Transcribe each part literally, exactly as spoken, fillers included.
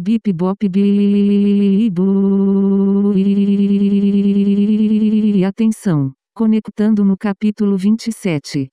bip bop bi boi. Atenção, conectando no capítulo vinte e sete.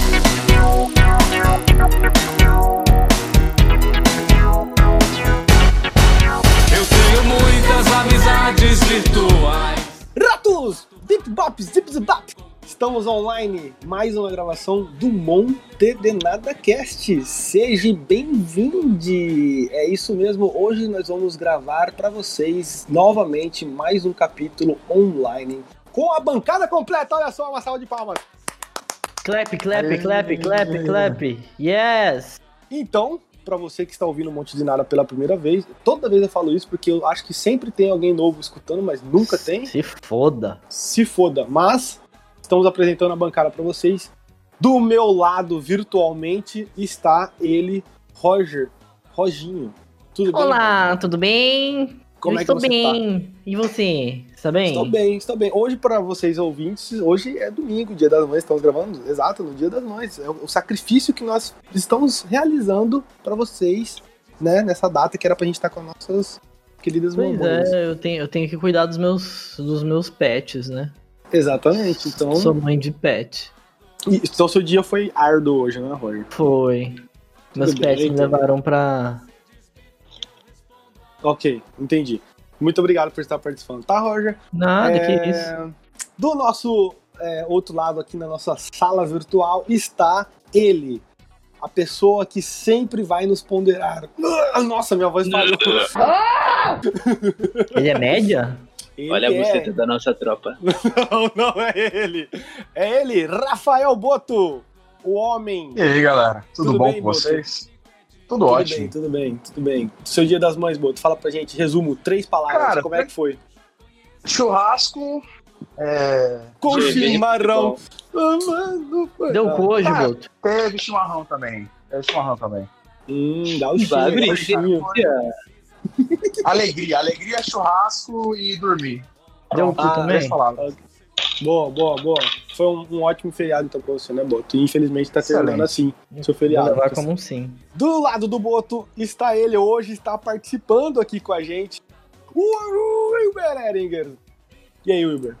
Eu tenho muitas amizades virtuais. Ratos! Bip bop, zip zip bop! Estamos online, mais uma gravação do Monte de Nada Cast. Seja bem-vindo! É isso mesmo, hoje nós vamos gravar para vocês novamente mais um capítulo online com a bancada completa. Olha só, uma salva de palmas. Clap, clap, clap, clap, clap. Yes! Então, para você que está ouvindo um Monte de Nada pela primeira vez, toda vez eu falo isso porque eu acho que sempre tem alguém novo escutando, mas nunca tem. Se foda. Se foda, mas estamos apresentando a bancada para vocês. Do meu lado, virtualmente, está ele, Roger. Roginho. Tudo bem? Olá, tudo bem? Como eu é que estou você bem. tá? E você? Está bem? Estou bem, estou bem. Hoje, para vocês ouvintes, hoje é domingo, dia das mães, estamos gravando, exato, no dia das mães. É o sacrifício que nós estamos realizando para vocês, né, nessa data que era pra gente estar com as nossas queridas Pois mamães. é, eu tenho, eu tenho que cuidar dos meus, dos meus pets, né? Exatamente, então... Sou mãe de pet. Então seu dia foi árduo hoje, né, Roger? Foi. Meus bem, pets me entendi. levaram pra... Ok, entendi. Muito obrigado por estar participando, tá, Roger? Nada, É, que isso. Do nosso é, outro lado aqui na nossa sala virtual está ele, a pessoa que sempre vai nos ponderar. Ah, Nossa, minha voz falhou. Ele é média? Ele Olha a é... buceta da nossa tropa. Não, não é ele. É ele, Rafael Boto, o homem. E aí, galera? Tudo, Tudo bom bem, com vocês? Tudo, Tudo ótimo. bem, tudo bem, tudo bem. Seu dia das mães, Boto, fala pra gente, resumo, três palavras, Cara, como é que foi? Churrasco, é... Com Sim, chimarrão. bem, Ah, mano, foi- Deu Ah. cojo, Cara, Boto. teve chimarrão também. Teve chimarrão também. Hum, dá o Bagulho, cheiro. Alegria, alegria, churrasco e dormir. Deu Pronto, cu ah, também? três palavras. Boa, boa, boa. Foi um, um ótimo feriado então pra você, né, Boto? E infelizmente tá terminando assim, seu Vou feriado. levar como um sim. Do lado do Boto está ele hoje, está participando aqui com a gente, o Wilber Eringer. E aí, Wilber?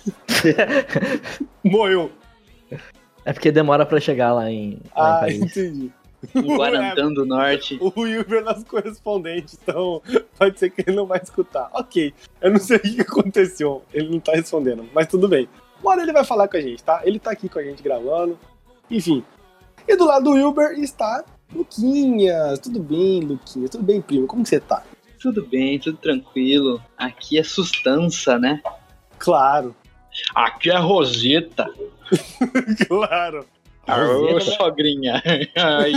Morreu. É porque demora pra chegar lá em, lá em Ah, Paris. entendi. O Guarantã do Norte. O Wilber nas correspondentes, então pode ser que ele não vai escutar. Ok, eu não sei o que aconteceu, ele não tá respondendo, mas tudo bem. Uma hora ele vai falar com a gente, tá? Ele tá aqui com a gente gravando, enfim. E do lado do Wilber está Luquinhas. Tudo bem, Luquinhas? Tudo bem, primo? Como que você tá? Tudo bem, tudo tranquilo. Aqui é sustância, né? Claro, Aqui é Roseta. claro. Ô, Roseta, né? sogrinha. Ai,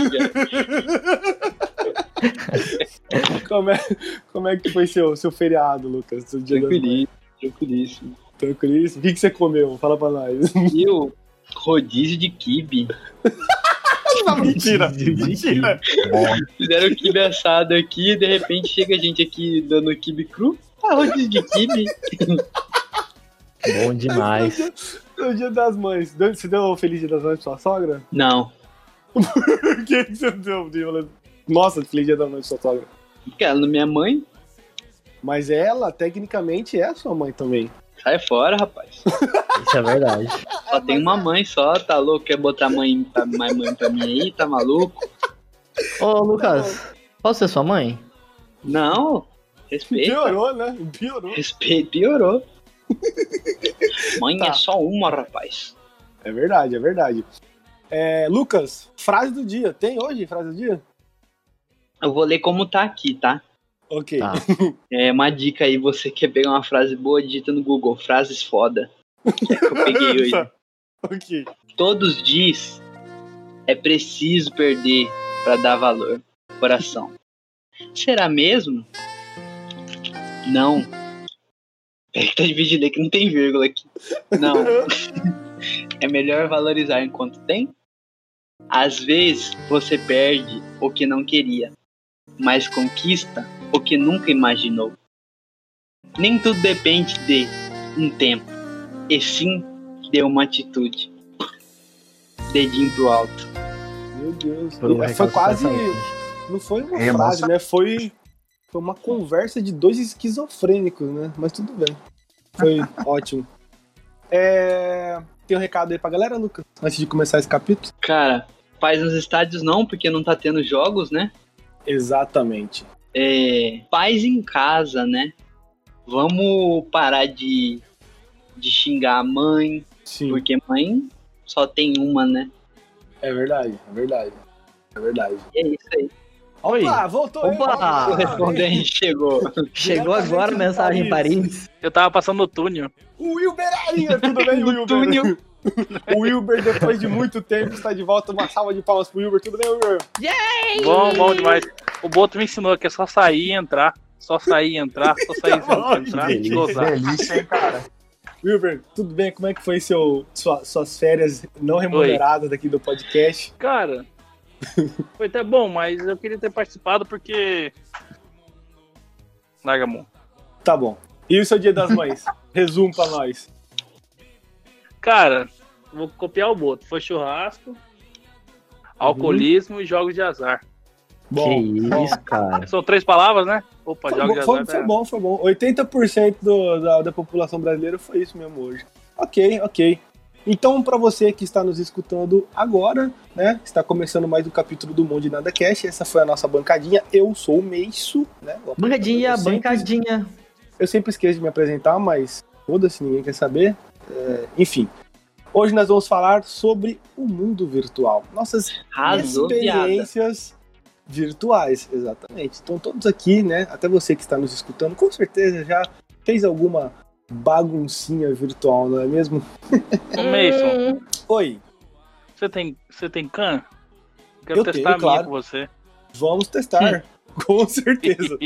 Como é, como é que foi seu, seu feriado, Lucas? Seu dia das mães? tranquilíssimo, tranquilíssimo. Tranquilíssimo? O que, que você comeu? Fala pra nós. E o rodízio de quibe. Não, mentira, mentira. Fizeram quibe assado aqui e de repente chega a gente aqui dando quibe cru. Ah, rodízio de quibe. Bom demais. No dia das mães, deu- você deu um feliz dia das mães pra sua sogra? Não, Por que que você deu? Deu- Nossa, feliz dia das mães pra sua sogra. porque ela não é minha mãe. Mas ela, tecnicamente, é sua mãe também. Sai fora, rapaz. Isso é verdade. Só tem uma mãe só, tá louco? Quer botar mãe pra, mais mãe pra mim aí? Tá maluco? Ô, Lucas, posso ser sua mãe? Não, respeita. Piorou, né? Piorou. Respeita, piorou. Mãe Tá. é só uma, rapaz. É verdade, é verdade. É, Lucas, frase do dia. Tem hoje frase do dia? Eu vou ler como tá aqui, tá? Ok. Tá. É uma dica aí, você quer pegar uma frase boa, digita no Google, frases foda. Que é que eu peguei hoje. Ok. Todos diz, é preciso perder pra dar valor. Coração. Será mesmo? Não. É que tá difícil de ler que não tem vírgula aqui. Não. É melhor valorizar enquanto tem? Às vezes você perde o que não queria, mas conquista o que nunca imaginou. Nem tudo depende de um tempo, e sim de uma atitude. Dedinho pro alto. Meu Deus. Por um E recado foi quase. de saúde. Não foi uma É, frase, moça. né? Foi. Foi uma conversa de dois esquizofrênicos, né? Mas tudo bem. Foi ótimo. É... Tem um recado aí pra galera, Lucas? Antes de começar esse capítulo? Cara, paz nos estádios não, porque não tá tendo jogos, né? Exatamente. É... Paz em casa, né? Vamos parar de, de xingar a mãe, Sim, porque mãe só tem uma, né? é verdade, é verdade. É verdade. E é isso aí. Oi, Opa, voltou aí. Opa! O Voltou. respondente chegou. chegou agora a mensagem em Paris. Eu tava passando no túnel. O Wilber aí, tudo bem, Wilber? túnel. O Wilber, depois de muito tempo, está de volta. Uma salva de palmas pro Wilber. Tudo bem, Wilber? Bom, bom demais. O Boto me ensinou que é só sair e entrar. Só sair e entrar. Só sair e entrar e Que gozar. delícia, hein, cara? Wilber, tudo bem? Como é que foi seu, sua- suas férias não remuneradas aqui do podcast? Cara, foi até bom, mas eu queria ter participado porque... Larga a mão. Tá bom. E o seu dia das mães? Resumo pra nós. Cara, vou copiar o Boto. Foi churrasco, alcoolismo e jogos de azar. Bom, que isso, cara. São três palavras, né? Opa, Foi jogos bom, de foi, azar. foi tá- bom, foi bom. oitenta por cento do, da, da população brasileira foi isso mesmo hoje. Ok, ok. Então, para você que está nos escutando agora, né, está começando mais um capítulo do Mundo de Nada Cast. Essa foi a nossa bancadinha. Eu sou o Meiço, né? Bancadinha, Eu sempre- bancadinha. Eu sempre esqueço de me apresentar, mas foda-se, ninguém quer saber. É, enfim, hoje nós vamos falar sobre o mundo virtual. Nossas Arrasou, piada. experiências virtuais, exatamente. Então todos aqui, né, até você que está nos escutando, com certeza já fez alguma baguncinha virtual, não é mesmo? Ô, Mason, Oi, você tem, você tem can? Quero Eu testar tenho, a minha claro. com você. vamos testar, com certeza.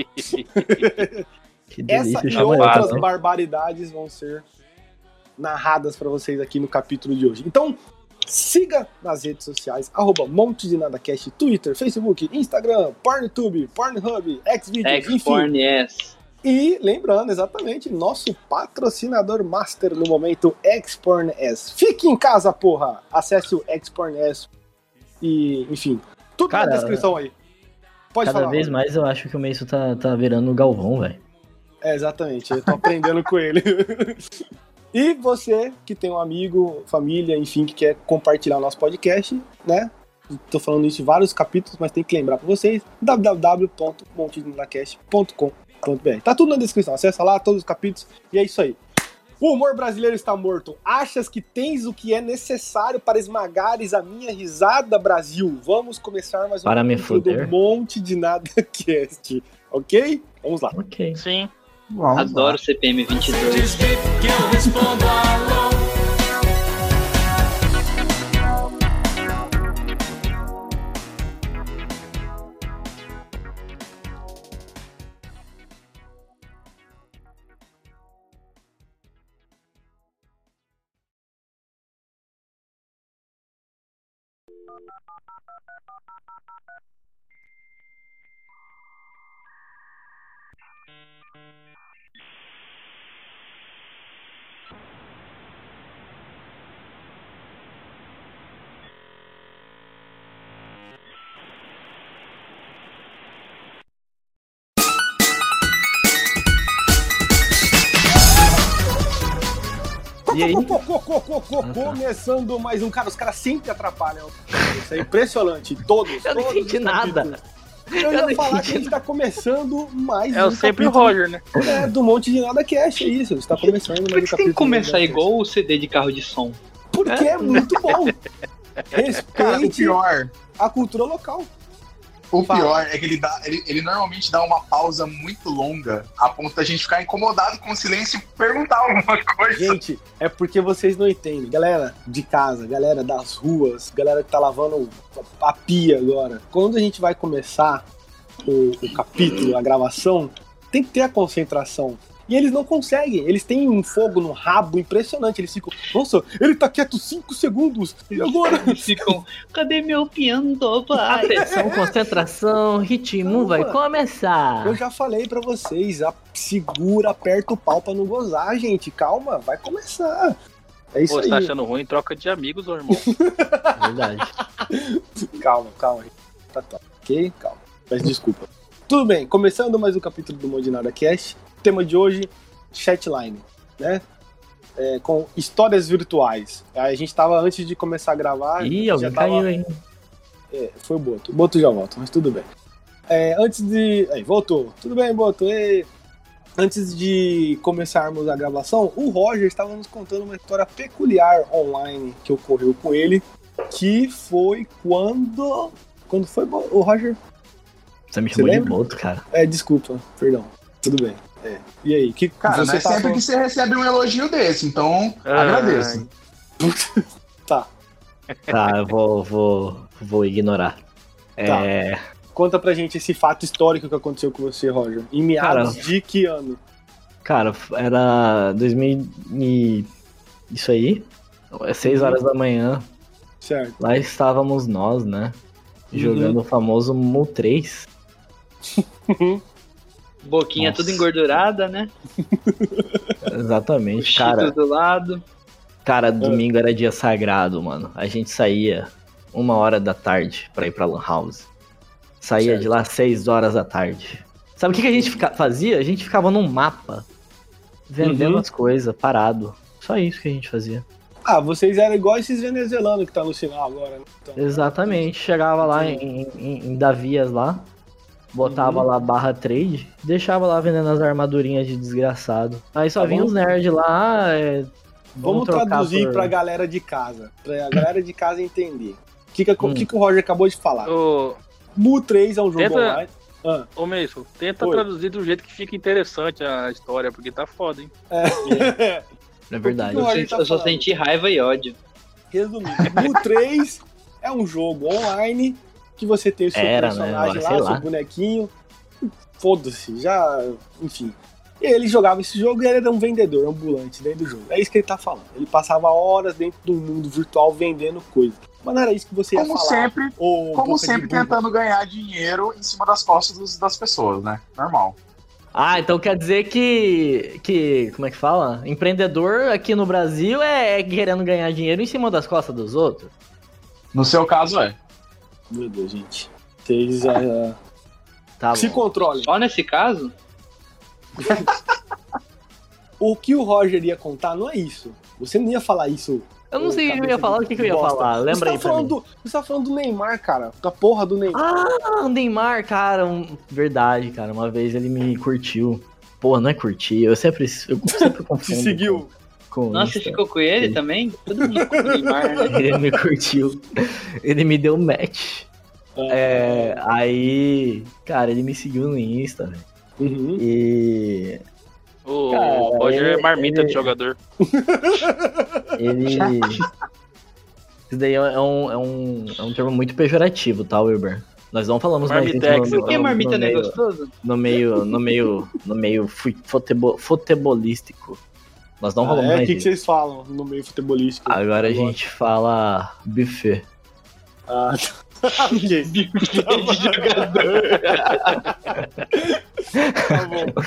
Que delícia, Essa e chama outras ela, né? barbaridades vão ser narradas para vocês aqui no capítulo de hoje. Então, siga nas redes sociais, arroba Monte de Nada Cast, Twitter, Facebook, Instagram, PornTube, Pornhub, Xvideos, enfim. X-Porn, yes. E lembrando, exatamente, nosso patrocinador master no momento, Xporn S. Fique em casa, porra! Acesse o Xporn S e, enfim, tudo Cara, na descrição aí. Pode Cada falar. vez mano. mais eu acho que o Meiso tá, tá virando o Galvão, velho. É, exatamente, eu tô aprendendo com ele. E você que tem um amigo, família, enfim, que quer compartilhar o nosso podcast, né? Tô falando isso em vários capítulos, mas tem que lembrar pra vocês, w w w ponto monte de nada cast ponto com ponto b r. Tá tudo na descrição, acessa lá todos os capítulos e é isso aí. O humor brasileiro está morto. Achas que tens o que é necessário para esmagares a minha risada, Brasil? Vamos começar mais um Para me capítulo do foder. Monte de Nada Cast, ok? Vamos lá. Ok. Sim. Vamos Adoro C P M vinte e dois. Desligue que eu respondo alô. E aí? Co- co- co- co- co- Ah, tá. Começando mais um. Cara, os caras sempre atrapalham. Isso é impressionante. Todos. Eu não todos entendi os nada. capítulos. Eu Eu ia não falar entendi que a gente tá começando mais É um o sempre o capítulo, Roger, né? é, do Monte de Nada Cast, é isso. Está começando mais Por um que você capítulo. tem que do começar Nada igual o C D de carro de som? Cast. Porque é muito bom. Cara, o Respeite pior, a cultura local. o Fala. pior é que ele, dá, ele, ele normalmente dá uma pausa muito longa, a ponto da gente ficar incomodado com o silêncio e perguntar alguma coisa. Gente, é porque vocês não entendem. Galera de casa, galera das ruas, galera que tá lavando a pia agora. Quando a gente vai começar o, o capítulo, a gravação, tem que ter a concentração. E eles não conseguem. Eles têm um fogo no rabo impressionante. Eles ficam, nossa, ele tá quieto cinco segundos. E agora? Eles ficam, cadê meu piano, pai? Atenção, concentração, ritmo vai Calma. começar. Eu já falei pra vocês, a- segura, aperta o pau pra não gozar, gente. Calma, vai começar. É isso Pô, você tá aí. achando ruim? Troca de amigos, ô irmão. Verdade. Calma, calma. Tá, tá. Ok? Calma. Peço desculpa. Tudo bem, começando mais um capítulo do Mundo Nada Cast. Tema de hoje, chatline, né? É, com histórias virtuais. A gente tava, antes de começar a gravar... Ih, alguém já tava... caiu, hein? É, foi o Boto. O Boto já volta, mas tudo bem. É, antes de... Aí, voltou. Tudo bem, Boto. E... Antes de começarmos a gravação, o Roger estava nos contando uma história peculiar online que ocorreu com ele, que foi quando... Quando foi, o Roger? Você me chamou Você de lembra? Boto, cara. É, desculpa, perdão. Tudo bem. É. E aí, que Cara, você não é tá sempre falando... que você recebe um elogio desse, então Ah, agradeço. Tá. Tá, eu vou, vou, vou ignorar. Tá. É... Conta pra gente esse fato histórico que aconteceu com você, Roger. Em meados Cara, de que ano? Cara, era dois mil e... Isso aí. É seis horas da manhã. Certo. Lá estávamos nós, né? Jogando Uhum. o famoso Mu três. Boquinha Nossa. toda engordurada, né? Exatamente, Cheetos cara. do lado. Cara, domingo era dia sagrado, mano. A gente saía uma hora da tarde pra ir pra Lan House. Saía Certo. de lá seis horas da tarde. Sabe o que, que a gente fica- fazia? A gente ficava num mapa, vendendo Uhum. as coisas, parado. Só isso que a gente fazia. Ah, vocês eram igual esses venezuelanos que tá no sinal agora, né? Então, Exatamente. Chegava lá em, em, em Davias lá, botava Uhum. lá barra trade, deixava lá vendendo as armadurinhas de desgraçado. Aí só Tá vinha bom. os nerds lá, é, Vamos trocar traduzir por- pra galera de casa, pra galera de casa entender. O que, que, Hum. que, que o Roger acabou de falar? Ô, Mu três é um jogo Tenta- online. Ah, ô Mason, tenta Oi. traduzir do jeito que fica interessante a história, porque tá foda, hein? é. É verdade. O Eu, que que senti- tá eu só falando? senti raiva e ódio. Resumindo, Mu três é um jogo online que você tem o seu Era, né? personagem Agora, lá, sei seu lá. bonequinho. Foda-se, já. Enfim. E ele jogava esse jogo e ele era um vendedor ambulante dentro do jogo. É isso que ele tá falando. Ele passava horas dentro do mundo virtual vendendo coisas. Mas não era isso que você ia Como falar. sempre, ô como boca de sempre burro. tentando ganhar dinheiro em cima das costas dos- das pessoas, né? Normal. Ah, então quer dizer que, que, como é que fala? Empreendedor aqui no Brasil é, é querendo ganhar dinheiro em cima das costas dos outros? No seu caso, é. Meu Deus, gente. Vocês ah, Tá se bom. controlem. Só nesse caso, O que o Roger ia contar não é isso. Você não ia falar isso. Eu não ô, sei o que eu cabeça ia falar, de o que, que eu ia bosta. falar? Você Lembra tá aí pra falando mim. do, Você tá falando do Neymar, cara. Da porra do Neymar. Ah, o Neymar, cara, um- verdade, cara. Uma vez ele me curtiu. Porra, não é curtir, eu sempre, eu sempre Te confundo. seguiu. Com, com nossa, você Insta. ficou com ele Sim. também? Todo mundo ficou com o Neymar, né? Ele me curtiu. Ele me deu match. É, aí, cara, ele me seguiu no Insta, velho. Uhum. E O Cara, Roger ele- é marmita ele- de jogador. ele. Isso daí é um, é, um, é um termo muito pejorativo, tá, Wilber? Nós não falamos mais isso Marmitex, no, no, Por que marmita no não é meio, gostoso? no meio, no meio, no meio fui- futebol, futebolístico. Nós não Ah, falamos é, o mais que, que disso. vocês falam no meio futebolístico? Agora a gente fala buffet. Ah, ok. De jogador. Tá bom.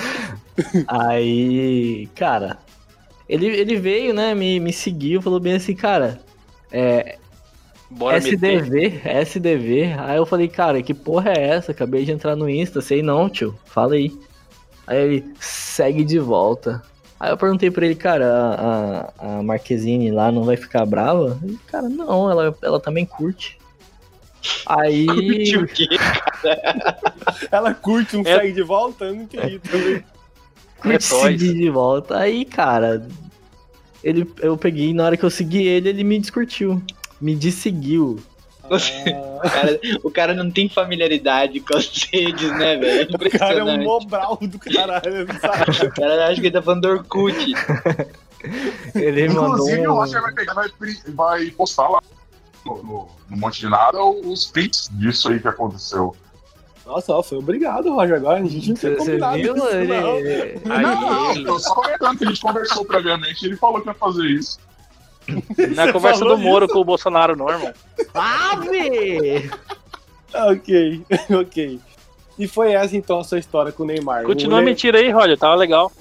Aí, cara, ele, ele veio, né, me, me seguiu, falou bem assim, cara, é, Bora S D meter. V, S D V. Aí eu falei, cara, que porra é essa? Acabei de entrar no Insta, sei não, tio. Fala aí. Aí ele, segue de volta. Aí eu perguntei pra ele, cara, a, a, a Marquezine lá não vai ficar brava? Ele, cara, não, ela, ela também curte. Aí. Curte o quê? Ela curte um É- segue de volta? Eu não entendi também. curte É toys. seguir de volta. Aí, cara, ele, eu peguei, na hora que eu segui ele, ele me descurtiu. Me desseguiu. Ah, Cara, o cara não tem familiaridade com as redes, né, velho? o cara é um Impressionante. mobral do caralho, sabe? O cara acha que ele tá falando do Orkut. Ele mandou. Inclusive, o um- Roger vai pegar, vai, pri- vai postar lá no, no, no Monte de Nada os prints disso aí que aconteceu. Nossa, ó, foi obrigado, Roger. Agora a gente não tinha Você combinado viu? isso, Ele- não. ele- Aí, Não, ele- tô só comentando que a gente conversou previamente e ele falou que ia fazer isso. na Você conversa falou do Moro isso? com o Bolsonaro, não, irmão. Ave! Ok, ok. E foi essa então a sua história com o Neymar. Continua O a Ne- mentira aí, Roger, tava legal.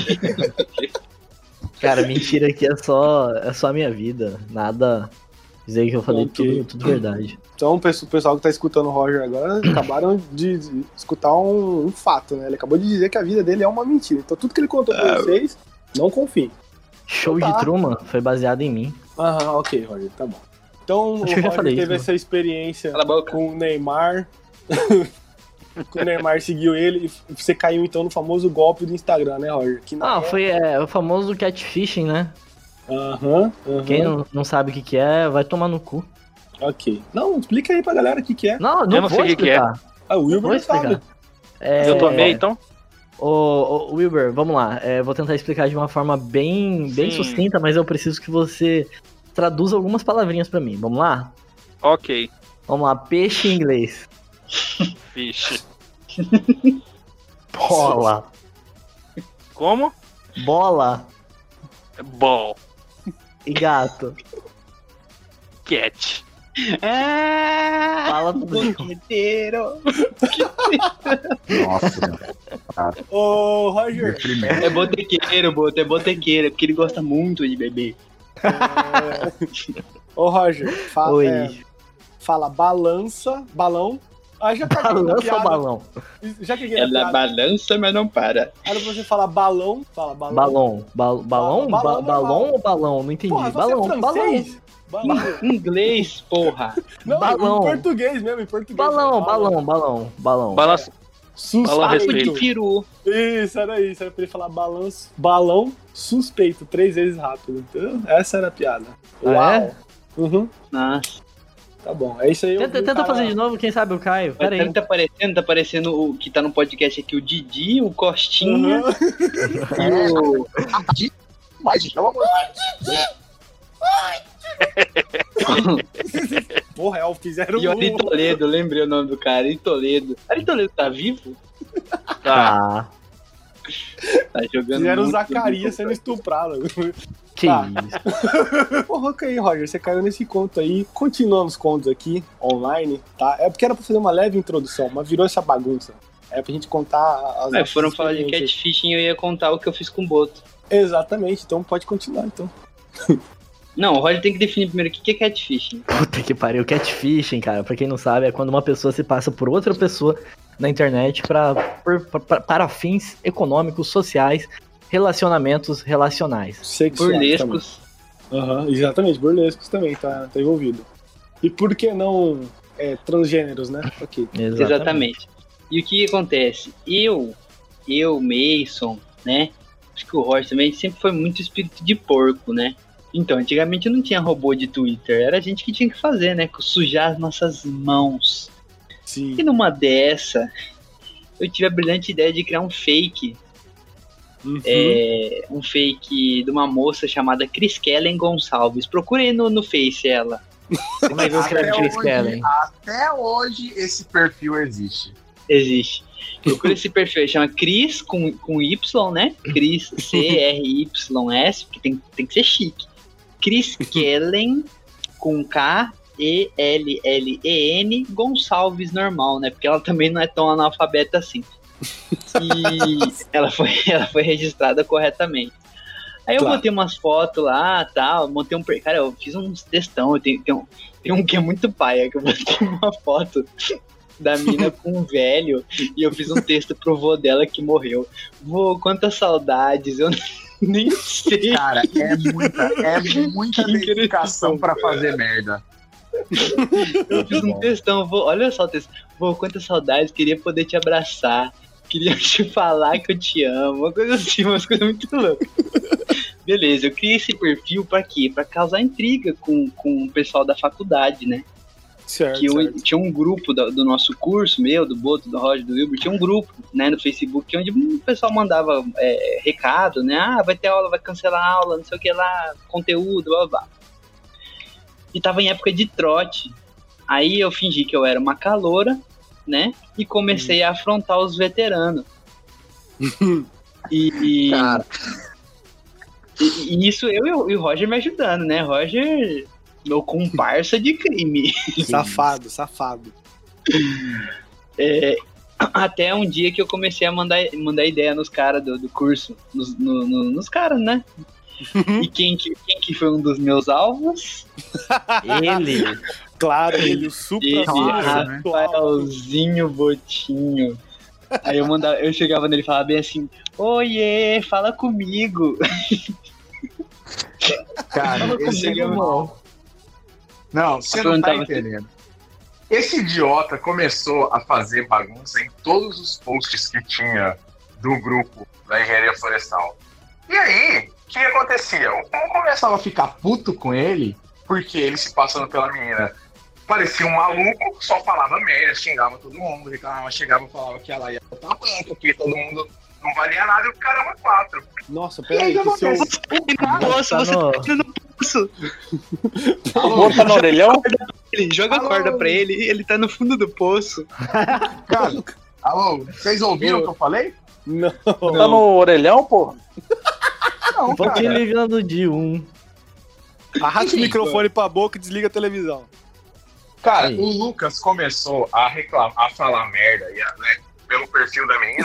Cara, mentira aqui é só, é só a minha vida. Nada Dizer que eu falei Ok. tudo, tudo verdade. Então, o pesso- o pessoal que tá escutando o Roger agora acabaram de de escutar um, um fato, né? Ele acabou de dizer que a vida dele é uma mentira. Então, tudo que ele contou pra vocês, não confiem. Show Tá. de Truman foi baseado em mim. Aham, ok, Roger, tá bom. Então, Acho o que eu já Roger falei teve isso, né? essa experiência Cala a boca. com o Neymar. O Neymar seguiu ele e você caiu então no famoso golpe do Instagram, né, Roger? Que na Ah, foi é, o famoso catfishing, né? Aham, aham. Quem não, não sabe o que, que é, vai tomar no cu. Ok. Não, explica aí pra galera o que, que é. Não, não, Eu não vou sei o que que é. explicar. Ah, o Não Wilber vou não sabe. explicar. É, Eu tomei, então? Ô, ô, Wilber, vamos lá. É, vou tentar explicar de uma forma bem, bem Sim. sucinta, mas eu preciso que você traduza algumas palavrinhas pra mim. Vamos lá? Ok. Vamos lá. Peixe em inglês. Vixe. Bola. Como? Bola Ball. e gato. Cat. Ah, Fala tudo. boqueteiro. Nossa, cara. Ô, Roger, Deprimente. É botequeiro, Boto, é botequeiro, porque ele gosta muito de beber. é... Ô, Roger, fala, Oi. é, fala balança, balão. Ah, já caguei na Balança ou piada. balão? Já caguei na Ela piada. balança, mas não para. Aí você fala balão, fala balão. Balão. Ba- balão? Balão, Ba- balão normal. ou balão? Não entendi. Porra, você balão, é balão. francês? Balão. Inglês, porra. Não, Balão. em português mesmo, em português. Balão, balão, balão, balão. Balança. Balão a Suspeito. respeito. De peru. Isso, era isso. Era pra ele falar balanço, balão suspeito, três vezes rápido. Entendeu? Essa era a piada. Ah, é? Uhum, Nossa. tá bom. É isso aí. eu Tenta, vi o tenta cara- fazer de novo, quem sabe eu caio. Pera aí. Tá aparecendo, tá aparecendo o que tá no podcast aqui, o Didi, o Costinha Uhum. e o. Mas, pelo amor Porra, é, fizeram E o um... Ari Toledo, lembrei o nome do cara, Ari Toledo. Ari Toledo tá vivo? Tá. Ah, Tá jogando. Fizeram o muito. Zacarias sendo estuprado. que Tá. isso. Porra, ok aí, Roger, você caiu nesse conto aí. Continuando os contos aqui, online, tá? É porque era pra fazer uma leve introdução, mas virou essa bagunça. É pra gente contar as É, nossas foram falar de experiências. catfishing, eu ia contar o que eu fiz com o Boto. Exatamente, então pode continuar, então. Não, o Roger tem que definir primeiro o que que é catfishing. Puta que pariu. Catfishing, cara, pra quem não sabe, é quando uma pessoa se passa por outra pessoa na internet pra, por- pra- para fins econômicos, sociais, relacionamentos relacionais. Sexuais Burlescos. também. Aham, exatamente, burlescos também tá, tá envolvido. E por que não é, transgêneros, né? Ok. Exatamente. E o que acontece? Eu, eu, Mason, né? Acho que o Roger também sempre foi muito espírito de porco, né? Então, antigamente não tinha robô de Twitter, era a gente que tinha que fazer, né? Sujar as nossas mãos. Sim. E numa dessa, eu tive a brilhante ideia de criar um fake. Uhum. É, um fake de uma moça chamada Chris Kellen Gonçalves. Procurem no, no Face ela. Como é que eu escrevo Até Chris hoje- Kellen? Até hoje esse perfil existe. Existe. Procura esse perfil, chama Cris com, com Y, né? Cris C R Y S, porque tem, tem que ser chique. Chris Kellen com K E L L E N Gonçalves normal, né? Porque ela também não é tão analfabeta assim. E ela foi, ela foi registrada corretamente. Aí eu Claro. botei umas fotos lá, tal, montei um... per- Cara, eu fiz uns textão, eu tenho, tenho, tem um que é muito paia, que eu botei uma foto da mina com um velho e eu fiz um texto pro vô dela que morreu. Vô, quantas saudades, eu nem sei. Cara, é muita, é muita Que dedicação interessante. pra fazer merda. Eu fiz um textão, vô, olha só o texto. Vô, quantas saudades, queria poder te abraçar, queria te falar que eu te amo, uma coisa assim, umas coisas muito loucas. Beleza, eu criei esse perfil pra quê? Pra causar intriga com, com o pessoal da faculdade, né? Certo, Que eu, certo. tinha um grupo do, do nosso curso, meu, do Boto, do Roger, do Wilber, tinha um grupo, né, no Facebook, onde o pessoal mandava é, recado, né, ah, vai ter aula, vai cancelar a aula, não sei o que lá, conteúdo, blá, blá, blá. E tava em época de trote, aí eu fingi que eu era uma caloura, né, e comecei a afrontar os veteranos. e, e, Cara. e, e isso eu e o- e o Roger me ajudando, né, Roger... Meu comparsa de crime. Safado, safado. É, até um dia que eu comecei a mandar, mandar ideia nos caras do, do curso. Nos, no- no- nos caras, né? E quem que, quem que foi um dos meus alvos? Ele. Claro, ele, o supra Ele, claro, né? Rafaelzinho Botinho. Aí eu mandava, eu chegava nele e falava bem assim, oiê, fala comigo. Cara, Fala esse comigo, é irmão. Não, você não tá Perguntava assim. entendendo. Esse idiota começou a fazer bagunça em todos os posts que tinha do grupo da Engenharia Florestal. E aí, o que acontecia? O povo começava a ficar puto com ele, porque ele se passando pela menina parecia um maluco, só falava merda, xingava todo mundo, reclamava, chegava e falava que ela ia botar banca, que todo mundo não valia nada, e o caramba quatro. Nossa, E aí, peraí, o que que seu... acontece? O cara, Nossa, você no- tá tirando o pulso. Bota no orelhão? Ele joga a Alô? corda pra ele e ele tá no fundo do poço. cara, alô, vocês ouviram o que eu falei? Não. Tá no orelhão, pô? Não, Vou te cara. ligando de um. Arrasta o microfone pra boca e desliga a televisão. Cara, Aí. o Lucas começou a reclamar, a falar merda e a- né, pelo perfil da menina.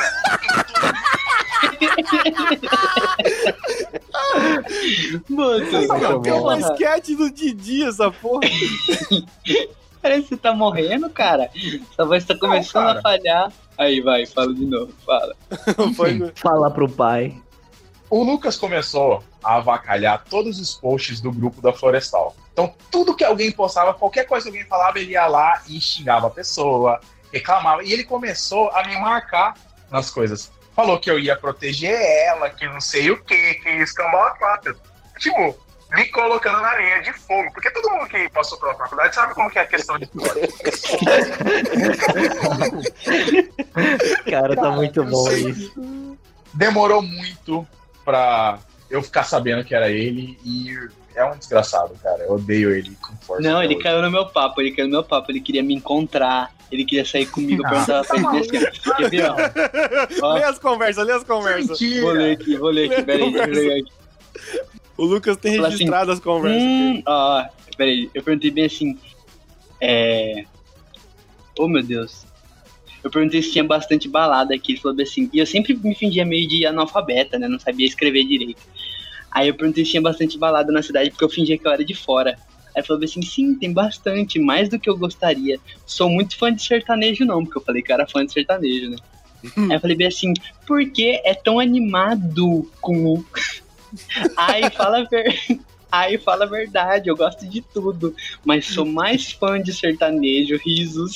Mano, É uma sketch do Didi, essa porra. parece que você tá morrendo, cara. Sua voz tá começando cara. a falhar. Aí, vai, fala de novo, fala. Foi... Fala pro pai. O Lucas começou a avacalhar todos os posts do grupo da Florestal. Então, tudo que alguém postava, qualquer coisa que alguém falava, ele ia lá e xingava a pessoa, reclamava. E ele começou a me marcar nas coisas. Falou que eu ia proteger ela, que não sei o que, que escambau a quatro. Tipo, me colocando na linha de fogo. Porque todo mundo que passou pela faculdade sabe como que é a questão de código. Cara, tá muito eu bom sei. isso. Demorou muito pra eu ficar sabendo que era ele e é um desgraçado, cara. Eu odeio ele com força. Não, até ele hoje. caiu no meu papo, ele caiu no meu papo, ele queria me encontrar, ele queria sair comigo, eu Ah, perguntava pra ele assim, ó, quer ver, ó? Ó, Lê as conversas, lê as conversas. Mentira. vou ler aqui, vou ler aqui, peraí, deixa eu ler aqui. O Lucas tem Fala assim, registrado as conversas. Hum, ó, peraí, eu perguntei bem assim, é... Oh, meu Deus. Eu perguntei se tinha bastante balada aqui, ele falou bem assim, e eu sempre me fingia meio de analfabeta, né, não sabia escrever direito. Aí eu perguntei se tinha bastante balada na cidade, porque eu fingia que eu era de fora. Aí ele falou assim, sim, tem bastante, mais do que eu gostaria. Sou muito fã de sertanejo não, porque eu falei que eu era fã de sertanejo, né. Aí eu falei bem assim, por que é tão animado com o... Ai, fala a ver... Ai, fala a verdade, eu gosto de tudo, mas sou mais fã de sertanejo, risos.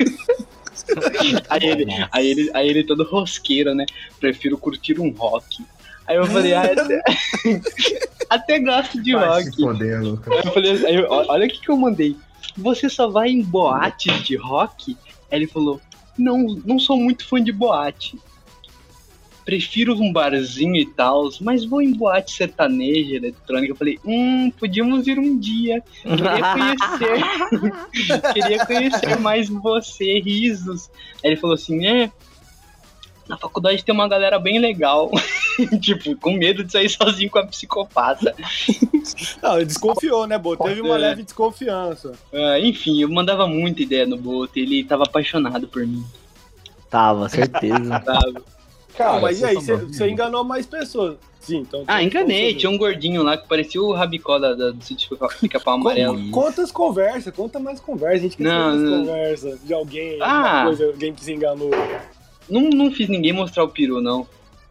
aí, ele, aí, ele, aí ele todo rosqueiro, né? Prefiro curtir um rock. Aí eu falei, ah, até, até gosto de Vai rock. se foder, Lucas. Aí eu falei, aí eu- olha o que, que eu mandei. Você só vai em boates de rock? Aí ele falou, não, não sou muito fã de boate. Prefiro um barzinho e tal, mas vou em boate sertaneja, eletrônica. Eu falei, hum, podíamos ir um dia. Queria conhecer. Queria conhecer mais você, risos. Aí ele falou assim, é. Na faculdade tem uma galera bem legal. Tipo, com medo de sair sozinho com a psicopata. Não, ele desconfiou, né, Boto? Teve uma É. leve desconfiança. Ah, enfim, eu mandava muita ideia no Boto, ele tava apaixonado por mim. Tava, certeza. Sabe? Cara, Não, mas e aí, vocês tão você você enganou mais pessoas. Sim, então... Ah, enganei, então, tinha um gordinho lá que parecia o Rabicó da, da, do sítio Pica-Pau Amarelo. Con- Conta as conversas, conta mais conversas. A gente quer Não, saber as não. conversas de alguém, Ah. alguma coisa, alguém que se enganou. Não, não fiz ninguém mostrar o peru, não.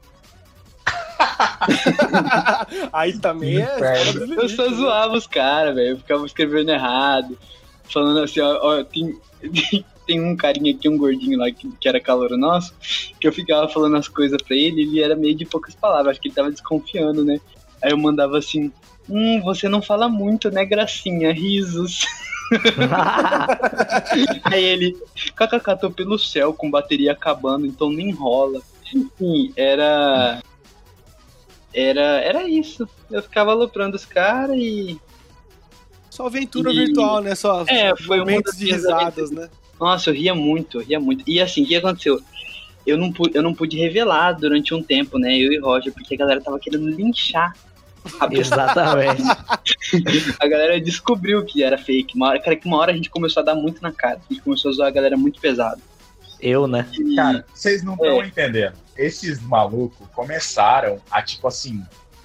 Aí também é... fora dos Eu limites, só né? zoava os caras, velho. Eu ficava escrevendo errado. Falando assim, ó, ó, tem, tem um carinha aqui, um gordinho lá que, que era calouro nosso, que eu ficava falando as coisas pra ele, ele era meio de poucas palavras, acho que ele tava desconfiando, né? Aí eu mandava assim, hum, você não fala muito, né, gracinha? Risos. Aí ele, kkk, tô pelo céu com bateria acabando, então nem rola. Enfim, era... Era, era isso. Eu ficava aloprando os caras e... Só aventura E- virtual, né? Só É, foi uma momentos das de minhas risadas, né? Nossa, eu ria muito, eu ria muito. E assim, o que aconteceu? Eu não, pude, eu não pude revelar durante um tempo, né? Eu e Roger, porque a galera tava querendo linchar. A, pessoa- Exatamente. a galera descobriu que era fake. Uma hora, cara, que uma hora a gente começou a dar muito na cara. A gente começou a zoar a galera muito pesado. Eu, né? Cara, vocês não estão É. entendendo. Esses malucos começaram a, tipo assim,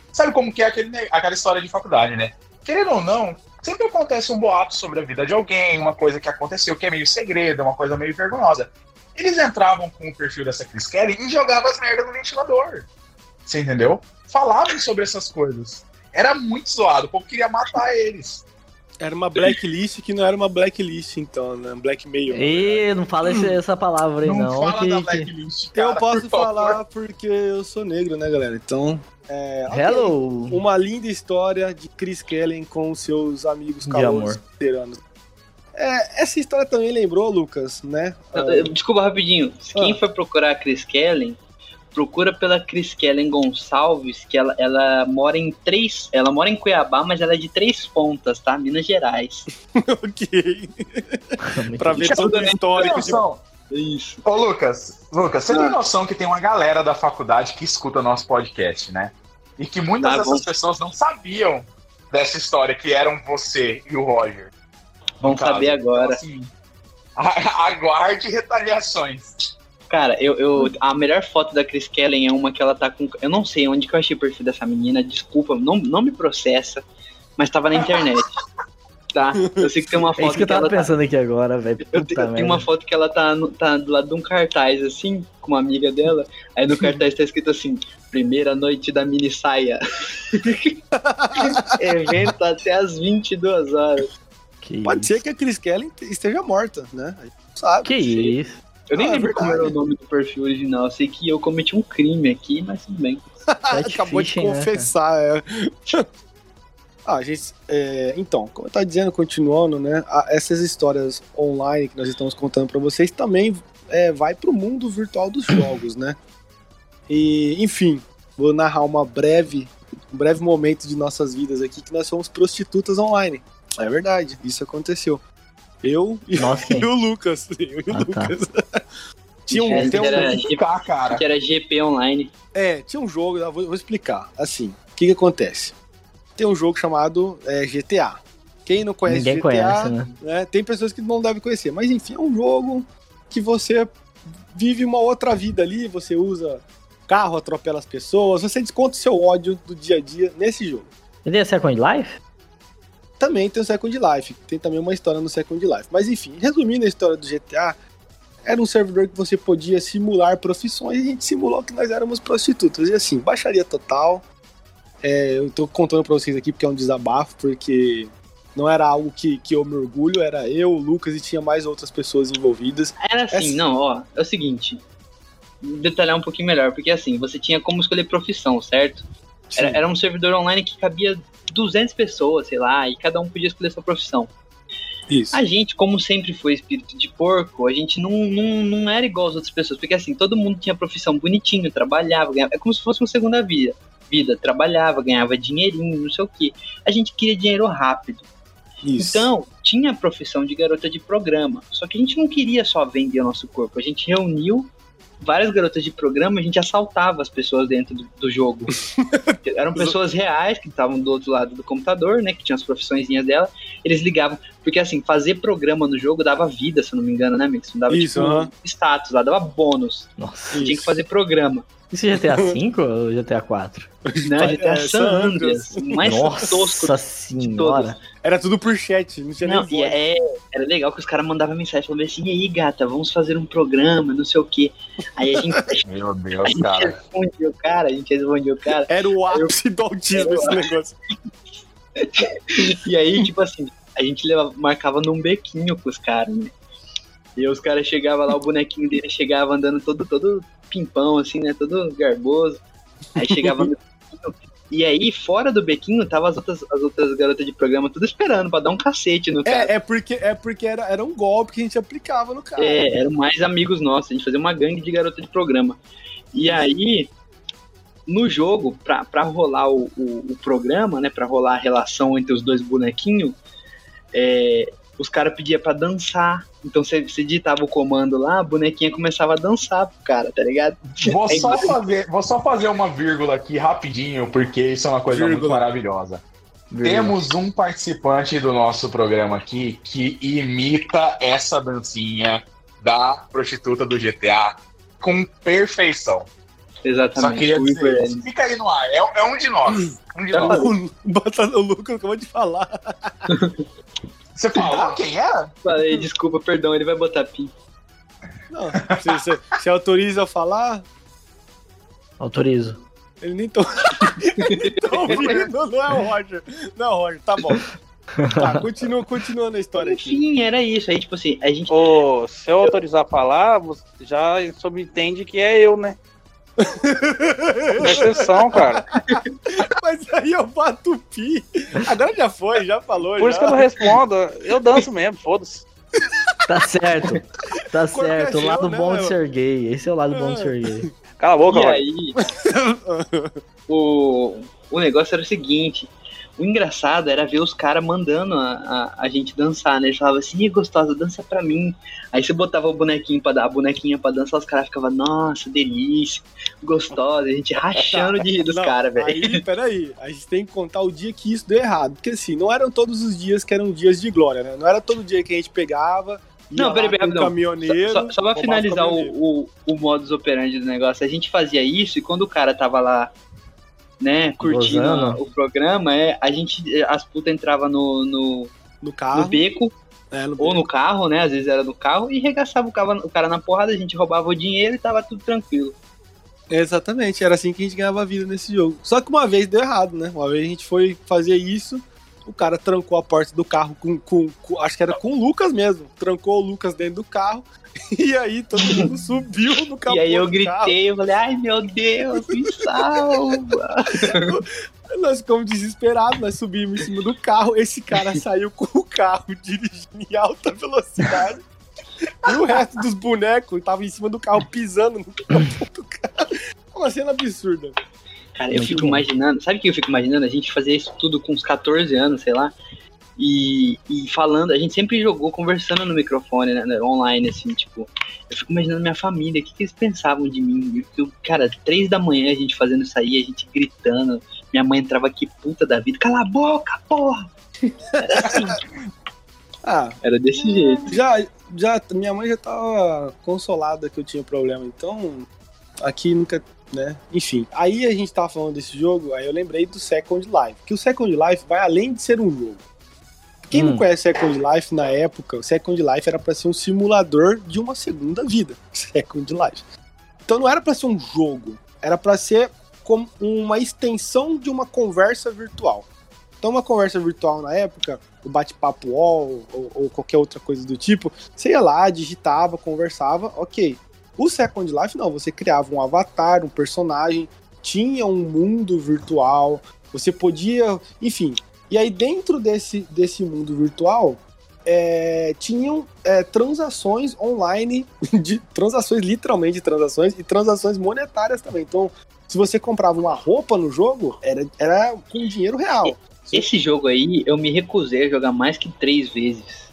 sabe como que é aquele, aquela história de faculdade, né? Querendo ou não, sempre acontece um boato sobre a vida de alguém, uma coisa que aconteceu que é meio segredo, uma coisa meio vergonhosa. Eles entravam com o perfil dessa Chris Kelly e jogavam as merdas no ventilador. Você entendeu? Falavam sobre essas coisas. Era muito zoado, o povo queria matar eles. Era uma blacklist que não era uma blacklist, então, né? Blackmail. Ê, não fala esse, essa palavra aí, não. Não fala que, da que... blacklist, cara, Eu posso por favor. falar porque eu sou negro, né, galera? Então, é... ok. Hello! Uma linda história de Chris Kelly com seus amigos De calouros amor. veteranos. É, essa história também lembrou, Lucas, né? Eu- eu- Desculpa rapidinho. Quem Ah. for procurar a Chris Kelly, procura pela Chris Kelly Gonçalves, que ela, ela mora em três. Ela mora em Cuiabá, mas ela é de Três Pontas, tá? Minas Gerais. Ok. Pra ver Tem todo o histórico de... noção? Isso. Ô, Lucas, Lucas, você Ah. tem noção que tem uma galera da faculdade que escuta nosso podcast, né? E que muitas Tá dessas bom. pessoas não sabiam dessa história, que eram você e o Roger. Vão no caso. saber agora. Então, assim, a- aguarde retaliações. Cara, eu, eu, a melhor foto da Chris Kelly é uma que ela tá com. Eu não sei onde que eu achei o perfil dessa menina, desculpa, não, não me processa, mas tava na internet. Tá? Eu sei que tem uma É foto isso que eu tava ela tá. pensando aqui agora, velho. Eu, te- Puta eu tenho merda. uma foto que ela tá, no- tá do lado de um cartaz, assim, com uma amiga dela. Aí no cartaz tá escrito assim: primeira noite da mini saia. Evento até às vinte e duas horas. Que Pode isso. ser que a Chris Kelly esteja morta, né? A gente não sabe. Que isso? Eu nem Ah, é lembro como era o verdade. nome do perfil original. Eu sei que eu cometi um crime aqui, mas tudo bem. Acabou de Catfishing, né, confessar, é. Ah, gente, é, então, como eu tava dizendo, continuando, né, a- essas histórias online que nós estamos contando pra vocês também é, vai pro mundo virtual dos jogos, né? E, enfim, vou narrar uma breve, um breve momento de nossas vidas aqui que nós somos prostitutas online. É verdade, isso aconteceu. Eu e, Nossa, quem? e o Lucas. Eu e o Ah, tá. Lucas. Tinha um, É, tem um, era- Ficar, cara. Que era G P Online. É, tinha um jogo, eu vou, vou explicar. Assim, o que que acontece? Tem um jogo chamado é, G T A. Quem não conhece Ninguém G T A, conhece, né? né, tem pessoas que não devem conhecer. Mas enfim, é um jogo que você vive uma outra vida ali, você usa carro, atropela as pessoas, você desconta o seu ódio do dia a dia nesse jogo. Ele é Second Life? Também tem o Second Life, tem também uma história no Second Life. Mas enfim, resumindo a história do G T A, era um servidor que você podia simular profissões e a gente simulou que nós éramos prostitutas. E assim, baixaria total. É, eu tô contando pra vocês aqui porque é um desabafo, porque não era algo que, que eu me orgulho, era eu, o Lucas e tinha mais outras pessoas envolvidas. Era assim, Essa- não, ó, é o seguinte. Detalhar um pouquinho melhor, porque assim, você tinha como escolher profissão, certo? Era, Sim. era um servidor online que cabia duzentas pessoas, sei lá, e cada um podia escolher sua profissão. Isso. A gente, como sempre foi espírito de porco, a gente não, não, não era igual às outras pessoas, porque assim, todo mundo tinha profissão bonitinho, trabalhava, ganhava, é como se fosse uma segunda vida. Vida, trabalhava, ganhava dinheirinho, não sei o quê. A gente queria dinheiro rápido. Isso. Então, tinha a profissão de garota de programa. Só que a gente não queria só vender o nosso corpo. A gente reuniu várias garotas de programa, a gente assaltava as pessoas dentro do, do jogo. Eram pessoas reais que estavam do outro lado do computador, né? Que tinham as profissõezinhas dela. Eles ligavam. Porque assim, fazer programa no jogo dava vida, se eu não me engano, né, Mix? Não dava Isso, tipo aham. status lá, dava bônus. Nossa. Tinha que Isso. fazer programa. Isso é G T A cinco ou G T A quatro? Não, G T A É, San San Andreas. O mais tosco Nossa de senhora. Era tudo por chat, não tinha Não, nem e voz. é, era legal que os caras mandavam mensagem falando assim, e aí, gata, vamos fazer um programa, não sei o quê. Aí a gente, Meu a Deus, gente cara. respondia o cara, a gente respondia o cara. Era o ápice do autismo esse negócio. E aí, tipo assim, a gente levava, marcava num bequinho com os caras, né? E aí os caras chegavam lá, o bonequinho dele chegava andando todo, todo pimpão, assim, né? Todo garboso. Aí chegava no bequinho. E aí, fora do bequinho, tava as outras, as outras garotas de programa tudo esperando pra dar um cacete no cara. É, é porque, é porque era, era um golpe que a gente aplicava no cara. É, eram mais amigos nossos, a gente fazia uma gangue de garota de programa. E aí, no jogo, pra, pra rolar o, o, o programa, né, pra rolar a relação entre os dois bonequinhos, é, os caras pediam pra dançar. Então você, você digitava o comando lá, a bonequinha começava a dançar pro cara, tá ligado? Vou Aí- só, fazer, vou só fazer uma vírgula aqui rapidinho, porque isso é uma coisa muito Vírgula. maravilhosa. Temos um participante do nosso programa aqui que imita essa dancinha da prostituta do G T A com perfeição. Exatamente. Só queria o dizer Weaver isso. Fica aí no ar. É, é um de nós. Um de nós. O Batata o Lucas acabou de falar. Você falou quem era? Falei, desculpa, perdão, ele vai botar pi. Não, você, você, você autoriza a falar? Autorizo. Ele nem tô... tô ouvindo, não é o Roger. Não é o Roger, tá bom. Tá, continua, continuando a história aqui. Enfim, era isso. Aí, tipo assim, a gente. Ô, se eu autorizar a falar, você já subentende que é eu, né? Presta atenção, cara. Mas aí eu bato o pi. Agora já foi, já falou. Por já. isso que eu não respondo. Eu danço mesmo, foda-se. Tá certo. Tá corpo é certo. O seu, lado né, bom de meu? ser gay. Esse é o lado bom de ser gay. Cala a boca, E Roger. aí, o, o negócio era o seguinte. O engraçado era ver os caras mandando a, a, a gente dançar, né? Eles falavam assim, "Ih, gostosa, dança pra mim." Aí você botava o bonequinho pra dar, a bonequinha pra dançar, os caras ficavam, nossa, delícia, gostosa. A gente rachando de rir dos Não, caras, velho. Aí, peraí, a gente tem que contar o dia que isso deu errado. Porque assim, não eram todos os dias que eram dias de glória, né? Não era todo dia que a gente pegava. ia Não, lá peraí, com peraí, um não. caminhoneiro. Só, só, só pra roubava finalizar o, caminhoneiro. o, o modus operandi do negócio, a gente fazia isso e quando o cara tava lá, né, curtindo Gozando. o programa, é, a gente, as putas entravam no, no, No no carro. beco, É, no ou beco. no carro, né, às vezes era no carro, e regaçava o cara, o cara na porrada, a gente roubava o dinheiro e tava tudo tranquilo. Exatamente, era assim que a gente ganhava vida nesse jogo. Só que uma vez deu errado, né? Uma vez a gente foi fazer isso, o cara trancou a porta do carro com, com, com acho que era com o Lucas mesmo. Trancou o Lucas dentro do carro e aí todo mundo subiu no capô E aí eu do carro. gritei, eu falei, ai meu Deus, me salva. Nós ficamos desesperados, nós subimos em cima do carro, esse cara saiu com o carro dirigindo em alta velocidade. E o resto dos bonecos tava em cima do carro, pisando no capô do carro. Uma cena absurda. Cara, eu fico imaginando, sabe o que eu fico imaginando? A gente fazia isso tudo com uns catorze anos, sei lá, e, e falando, a gente sempre jogou conversando no microfone, né, online, assim, tipo, eu fico imaginando minha família, o que, que eles pensavam de mim? Eu, cara, três da manhã a gente fazendo isso aí, a gente gritando, minha mãe entrava aqui puta da vida, cala a boca, porra! Era assim, Ah, era desse jeito. já, já, minha mãe já tava consolada que eu tinha problema, então aqui nunca, né? Enfim, aí a gente tava falando desse jogo, aí eu lembrei do Second Life, que o Second Life vai além de ser um jogo. Quem Hum. não conhece Second Life na época, o Second Life era pra ser um simulador de uma segunda vida. Second Life. Então não era pra ser um jogo, era pra ser como uma extensão de uma conversa virtual. Então uma conversa virtual na época, o bate-papo wall ou, ou qualquer outra coisa do tipo, você ia lá, digitava, conversava, ok. O Second Life não, você criava um avatar, um personagem, tinha um mundo virtual, você podia, enfim. E aí dentro desse, desse mundo virtual, é, tinham é, transações online, de, transações literalmente transações, e transações monetárias também. Então, se você comprava uma roupa no jogo, era, era com dinheiro real. Esse jogo aí, eu me recusei a jogar mais que três vezes.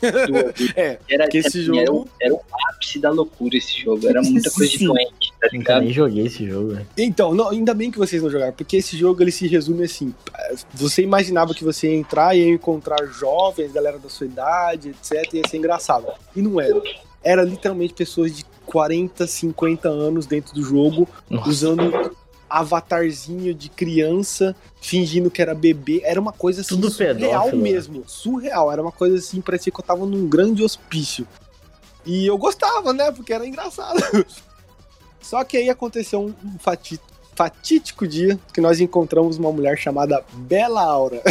É, Era, porque esse assim, era, jogo- o, era o ápice da loucura esse jogo. Era muita coisa de Sim. doente, tá Nunca ligado? nem joguei esse jogo, velho. Então, não, ainda bem que vocês não jogaram, porque esse jogo ele se resume assim: você imaginava que você ia entrar e ia encontrar jovens, galera da sua idade, etcétera, e ia ser engraçado. E não era. Era literalmente pessoas de quarenta, cinquenta anos dentro do jogo, Nossa. usando avatarzinho de criança, fingindo que era bebê. Era uma coisa assim, Tudo surreal pedófilo, né? mesmo. Surreal. Era uma coisa assim, parecia que eu tava num grande hospício. E eu gostava, né? Porque era engraçado. Só que aí aconteceu um, um fati- fatídico dia que nós encontramos uma mulher chamada Bela Aura.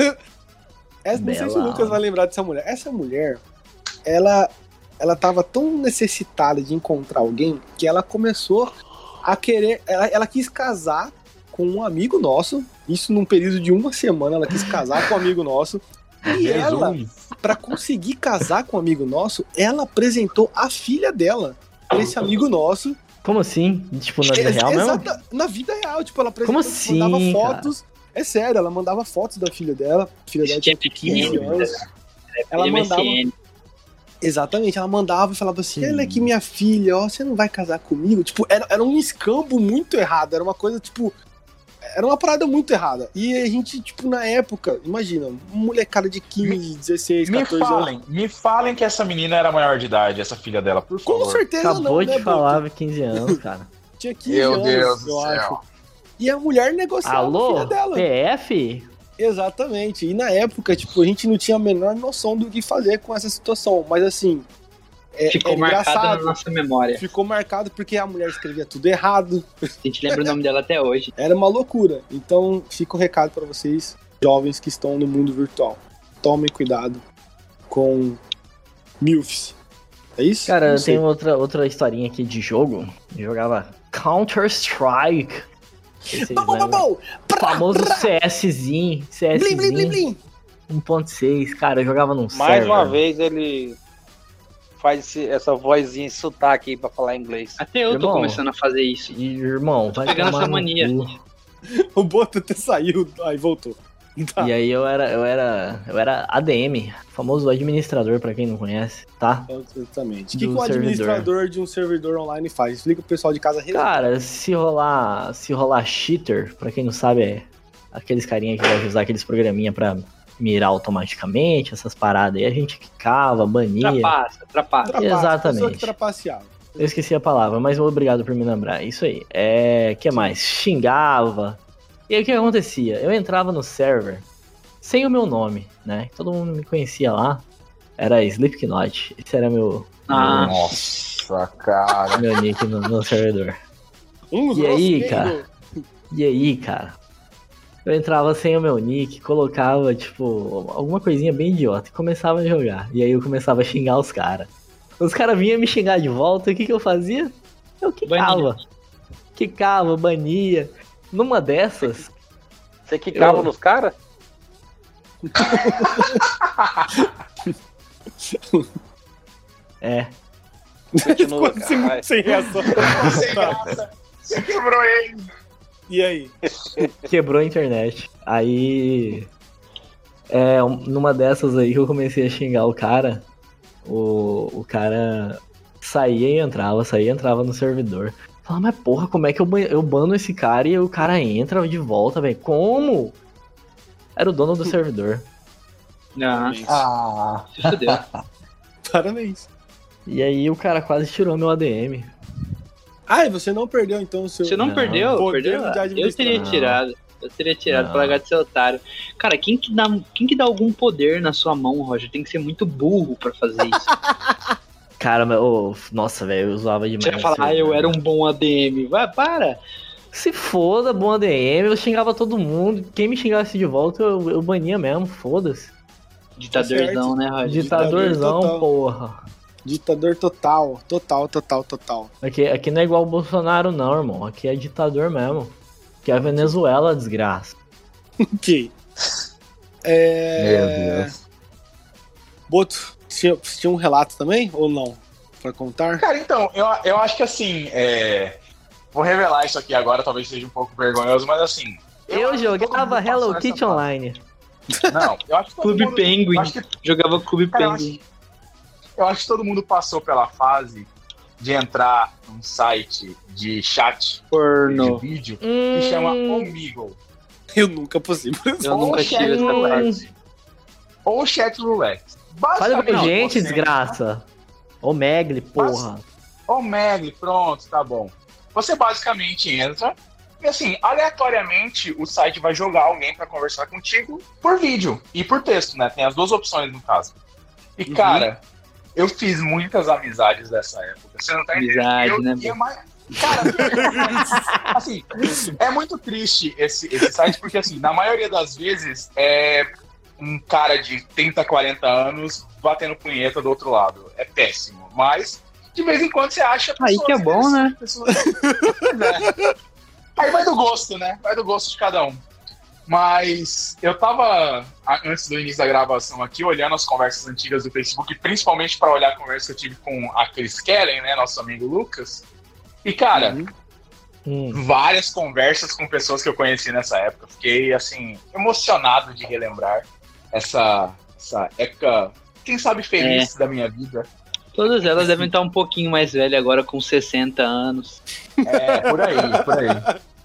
Essa, não sei se o Bela Lucas Aura. vai lembrar dessa mulher. Essa mulher, ela, ela tava tão necessitada de encontrar alguém que ela começou a querer. Ela, ela quis casar com um amigo nosso. Isso num período de uma semana. Ela quis casar com um amigo nosso. E ela, pra conseguir casar com um amigo nosso, ela apresentou a filha dela pra esse amigo nosso. Como assim? Tipo, na vida Ex- real mesmo? exata- Na vida real, tipo, ela apresentou, Como assim, mandava cara? fotos. É sério, ela mandava fotos da filha dela. A filha dela tinha quinze anos. Ela mandava. M S N. Exatamente, ela mandava e falava assim: ela é que minha filha, ó, você não vai casar comigo? Tipo, era, era um escambo muito errado, era uma coisa, tipo. Era uma parada muito errada. E a gente, tipo, na época, imagina, uma molecada de quinze, dezesseis, Me quatorze falem, anos. me falem que essa menina era maior de idade, essa filha dela, por Com favor. certeza Acabou não, de né, falar, Boto? quinze anos, cara. tinha quinze Meu anos, Deus do eu céu. acho. E a mulher negociava a Alô? filha dela. P F? Exatamente. E na época, tipo, a gente não tinha a menor noção do que fazer com essa situação. Mas assim, é, Ficou é marcado na engraçado. nossa memória. Ficou marcado porque a mulher escrevia tudo errado. A gente lembra o nome dela até hoje. Era uma loucura. Então, fica o recado pra vocês, jovens que estão no mundo virtual. Tomem cuidado com milfs. É isso? Cara, Não sei. tem outra, outra historinha aqui de jogo. Eu jogava Counter-Strike. Vocês Bom, bom, bom, lembram? bom. O Pra, famoso pra. CSzinho. Blim, blim, blim, CSzinho blim. um ponto seis. Cara, eu jogava num Mais server. uma vez ele faz esse- essa vozinha, esse sotaque aí pra falar inglês. Até eu tô Irmão. começando a fazer isso. E, irmão, vai pegando tomar essa no mania. cu. O Boto até saiu, aí voltou. Tá. E aí eu era, eu era, eu era A D M, famoso administrador pra quem não conhece, tá? Exatamente. O que, Do que o servidor. administrador de um servidor online faz? Explica pro pessoal de casa. Cara, se rolar, se rolar cheater, pra quem não sabe, é aqueles carinha que vai usar aqueles programinha pra mirar automaticamente, essas paradas aí, a gente cava, bania. Trapaça, trapaça. Trapaça, Exatamente. pessoa que trapaceava. Eu esqueci a palavra, mas obrigado por me lembrar. Isso aí. É, que mais? Xingava. E aí o que acontecia? Eu entrava no server sem o meu nome, né? Todo mundo me conhecia lá. Era Slipknot. Esse era meu, Ah, Nossa, cara. meu nick no, no servidor. Um E aí, rosqueiro. cara? E aí, cara? Eu entrava sem o meu nick, colocava, tipo, alguma coisinha bem idiota e começava a jogar. E aí eu começava a xingar os caras. Os caras vinham me xingar de volta, e o que que eu fazia? Eu quicava. Quicava, bania. Numa dessas, Você quicava Eu- nos caras? é, Continua, Ficou cara, sem, vai. sem reação. Sem graça. Você quebrou ele. E aí? quebrou a internet. Aí, é, um- numa dessas aí que eu comecei a xingar o cara, o, o cara saía e entrava, saía e entrava no servidor. Falava, mas porra, como é que eu, ban- eu bano esse cara e o cara entra de volta, velho? Como? Era o dono do servidor. não, Ah. se fudeu. Parabéns. E aí o cara quase tirou meu A D M. Ah, e você não perdeu então o seu. Você não, Não. perdeu? Poder Perdeu? de Eu administrar. teria Não. tirado. Eu teria tirado Não. pra largar de ser otário. Cara, quem que, dá, quem que dá algum poder na sua mão, Roger? Tem que ser muito burro pra fazer isso. Cara, mas, ô, nossa, velho, eu usava demais. Você vai falar, ah, eu era um bom A D M. Vai, para! Se foda, bom A D M, eu xingava todo mundo. Quem me xingasse de volta, eu, eu bania mesmo, foda-se. Ditadorzão, né, Roger? Ditadorzão, total. porra. Ditador total. Total, total, total. Aqui, aqui não é igual o Bolsonaro, não, irmão. Aqui é ditador mesmo. Aqui é a Venezuela, desgraça. Ok. É... Meu Deus. Boto, tinha, tinha um relato também? Ou não? Pra contar? Cara, então, eu, eu acho que assim, é... vou revelar isso aqui agora, talvez seja um pouco vergonhoso, mas assim... Eu, acho que todo jogava mundo passou Hello nessa Kitty fase. Online. Não, eu acho que todo Clube mundo... Penguin. Eu acho que Jogava Clube Cara, eu Penguin. Eu acho que todo mundo passou pela fase de entrar num site de chat Porno. de vídeo Hum, que chama Omegle. Eu nunca possível. Eu Ou nunca chat tive essa Hum. roulette. Ou chat roulette. Fala com a Basicamente, gente, você- desgraça. Ô Megli, porra. Omegle, pronto, tá bom. Você basicamente entra e assim, aleatoriamente o site vai jogar alguém pra conversar contigo por vídeo e por texto, né? Tem as duas opções no caso. E Uhum. cara, eu fiz muitas amizades dessa época. Você não tá entendendo? Amizade, eu, né, e é mais... Cara, assim, é muito triste esse, esse site, porque assim, na maioria das vezes é um cara de trinta, quarenta anos batendo punheta do outro lado. É péssimo. Mas, de vez em quando você acha Aí que é bom, né? pessoas- É. Aí vai do gosto, né? Vai do gosto de cada um. Mas eu tava, a- antes do início da gravação aqui, olhando as conversas antigas do Facebook, principalmente para olhar a conversa que eu tive com a Chris Kellen, né? Nosso amigo Lucas. E, cara, Uhum. Hum. várias conversas com pessoas que eu conheci nessa época. Fiquei, assim, emocionado de relembrar essa, essa época, quem sabe, feliz da minha vida. Todas elas devem estar um pouquinho mais velhas agora, com sessenta anos. É, por aí, por aí.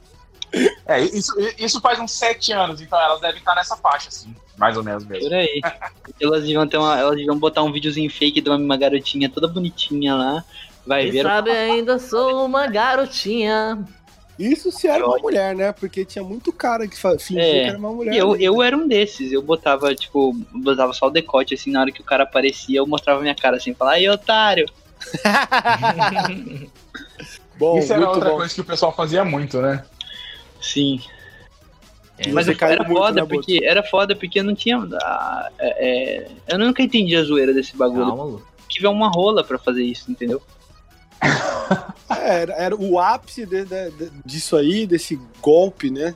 É, isso, isso faz uns sete anos, então elas devem estar nessa faixa, assim, mais ou menos mesmo. Por aí. Elas deviam ter uma, elas deviam botar um videozinho fake de uma, uma garotinha toda bonitinha lá. Vai Quem ver. sabe ainda sou uma garotinha. Isso se era uma mulher, né? Porque tinha muito cara que fa- fingia É, que era uma mulher. Eu, né? eu era um desses. Eu botava, tipo, botava só o decote, assim, na hora que o cara aparecia, eu mostrava minha cara assim, falava, ai, otário. Bom, Isso era muito outra bom. coisa que o pessoal fazia muito, né? Sim. E Mas você eu, caiu era muito, foda né, Boto? porque era foda porque eu não tinha. ah, é, é, eu nunca entendi a zoeira desse bagulho. Calma, Lu. Tive uma rola pra fazer isso, entendeu? É, era, era o ápice de- de- de- disso aí, desse golpe, né?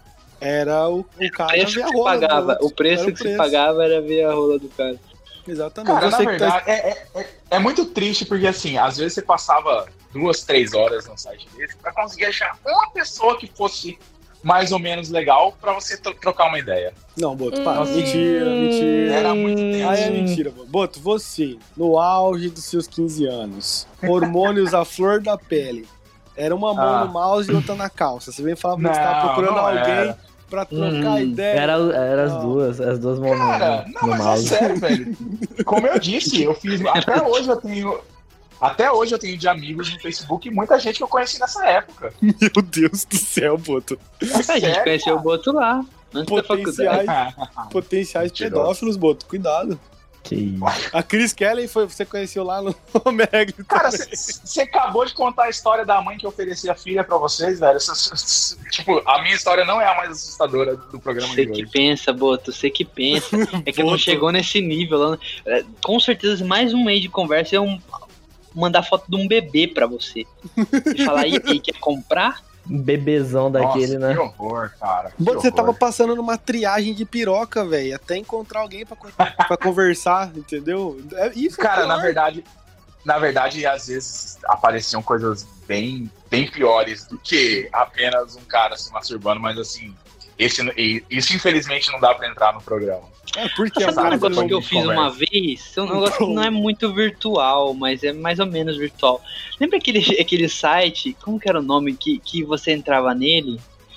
Era o, o O cara preço ver que a se rola do pagava, outro. o preço Era que se pagava era ver a rola do cara. Exatamente. Cara, na Você que tá- verdade, é, é, é- é muito triste, porque assim, às vezes você passava duas, três horas no site desse pra conseguir achar uma pessoa que fosse mais ou menos legal pra você tro- trocar uma ideia. Não, Boto, para. Hum. Mentira, mentira. Era muito tempo. Ah, é mentira, Boto. Boto, você, no auge dos seus quinze anos, hormônios à flor da pele, era uma mão Ah. no mouse e outra na calça. Você vem falar que você Não, tá procurando não alguém era. pra trocar Hum, ideia. Era, era as Não. duas, as duas mãos no- Cara, no, não, no mas mouse. é sério, velho. Como eu disse, eu fiz. Até hoje eu tenho. Até hoje eu tenho de amigos no Facebook e muita gente que eu conheci nessa época. Meu Deus do céu, Boto. É A gente sério, conheceu o Boto lá, antes da faculdade. Potenciais, potenciais Mentiroso. pedófilos, Boto. Cuidado. Que isso. A Chris Kelly foi, você conheceu lá no Omegle. Cara, você acabou de contar a história da mãe que oferecia filha pra vocês, velho. Cê- cê- cê- tipo, a minha história não é a mais assustadora do programa Você de que hoje. pensa, Boto, você que pensa. É que não Boto. chegou nesse nível. lá. É, Com certeza, mais um mês de conversa é um, mandar foto de um bebê pra você. E falar, e aí, quer comprar? Um bebezão daquele, Nossa, né? que horror, cara. que Boto, você horror. tava passando numa triagem de piroca, velho. Até encontrar alguém pra, co- pra conversar, entendeu? É isso. é Cara, pior. na verdade, na verdade, às vezes apareciam coisas bem, bem piores do que apenas um cara se masturbando, mas assim, esse, e- isso infelizmente não dá pra entrar no programa. É, porque Sabe o um cara negócio não- que eu de fiz conversa. uma vez? É um negócio que não é muito virtual, mas é mais ou menos virtual. Lembra aquele, aquele site, como que era o nome, que, que você entrava nele?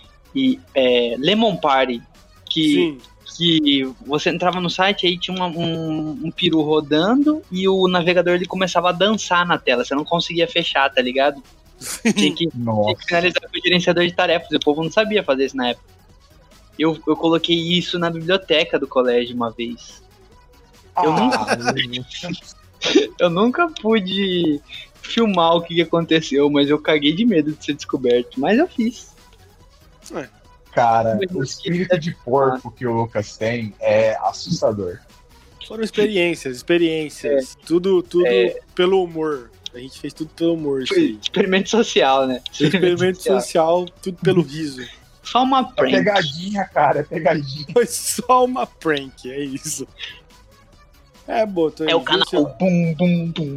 E, é, Lemon Party, que, Sim. que você entrava no site aí tinha uma- um, um peru rodando e o navegador ele começava a dançar na tela, você não conseguia fechar, tá ligado? Tinha que, tinha Nossa. que finalizar com o gerenciador de tarefas, e o povo não sabia fazer isso na época. Eu, eu coloquei isso na biblioteca do colégio uma vez. Eu nunca, eu nunca pude filmar o que que aconteceu, mas eu caguei de medo de ser descoberto. Mas eu fiz. Cara, o espírito de porco que o Lucas tem é assustador. Foram experiências, experiências. Tudo, tudo pelo humor. A gente fez tudo pelo humor, isso aí. Experimento social, né? Experimento social, tudo pelo riso. Só uma É prank. pegadinha, cara, é pegadinha. Foi só uma prank, é isso. É, Boto. É o canal Bum Bum Bum.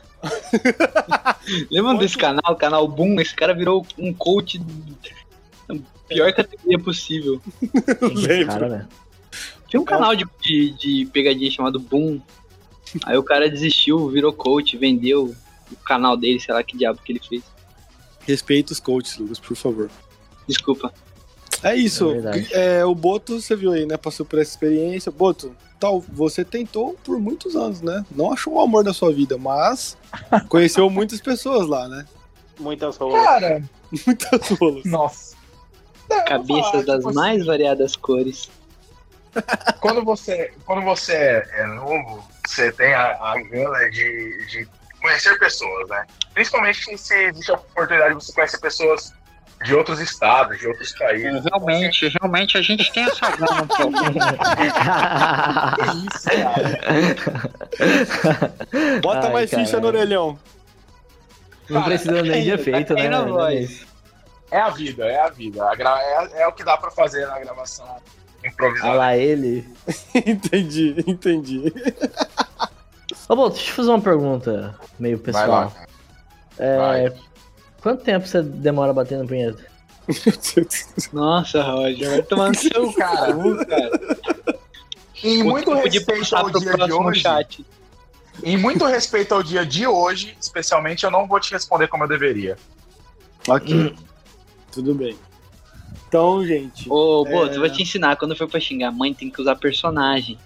Lembra Pode- desse canal, o canal Boom? Esse cara virou um coach da pior categoria possível. Esse cara, né? Tinha um canal de, de, de pegadinha chamado Boom. Aí o cara desistiu, virou coach, vendeu o canal dele, sei lá que diabo que ele fez. Respeita os coaches, Lucas, por favor. Desculpa. É isso. É verdade. É, o Boto, você viu aí, né? Passou por essa experiência. Boto, tal, você tentou por muitos anos, né? Não achou o amor da sua vida, mas conheceu muitas pessoas lá, né? Muitas rolas. Cara, Muitas rolas. nossa. Não, eu vou Cabeças falar, das tipo mais assim, variadas cores. quando você, quando você é novo, você tem a, a gana de, de conhecer pessoas, né? Principalmente se existe a oportunidade de você conhecer pessoas de outros estados, de outros países. Realmente, realmente a gente tem essa gana um pouco. Que isso, cara? Bota Ai, mais ficha cara. no orelhão. Não precisa nem de efeito, Tá né? caindo a né, voz. Luiz? É a vida, é a vida. A gra- é, é o que dá pra fazer na gravação improvisada. Olha lá ele. entendi, entendi. Ô, Boto, deixa eu fazer uma pergunta meio Vai lá, pessoal. cara. É, Vai. quanto tempo você demora batendo punheta? Nossa, Roger, vai tomar no seu Cara, cu, cara. Em muito Eu podia respeito passar ao pro dia de próximo hoje, chat. em muito respeito ao dia de hoje, especialmente, eu não vou te responder como eu deveria. Ok. Tudo bem. Então, gente. Ô, Boto, É. eu vou te ensinar. Quando for pra xingar a mãe, tem que usar personagem.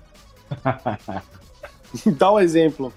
Dá um exemplo.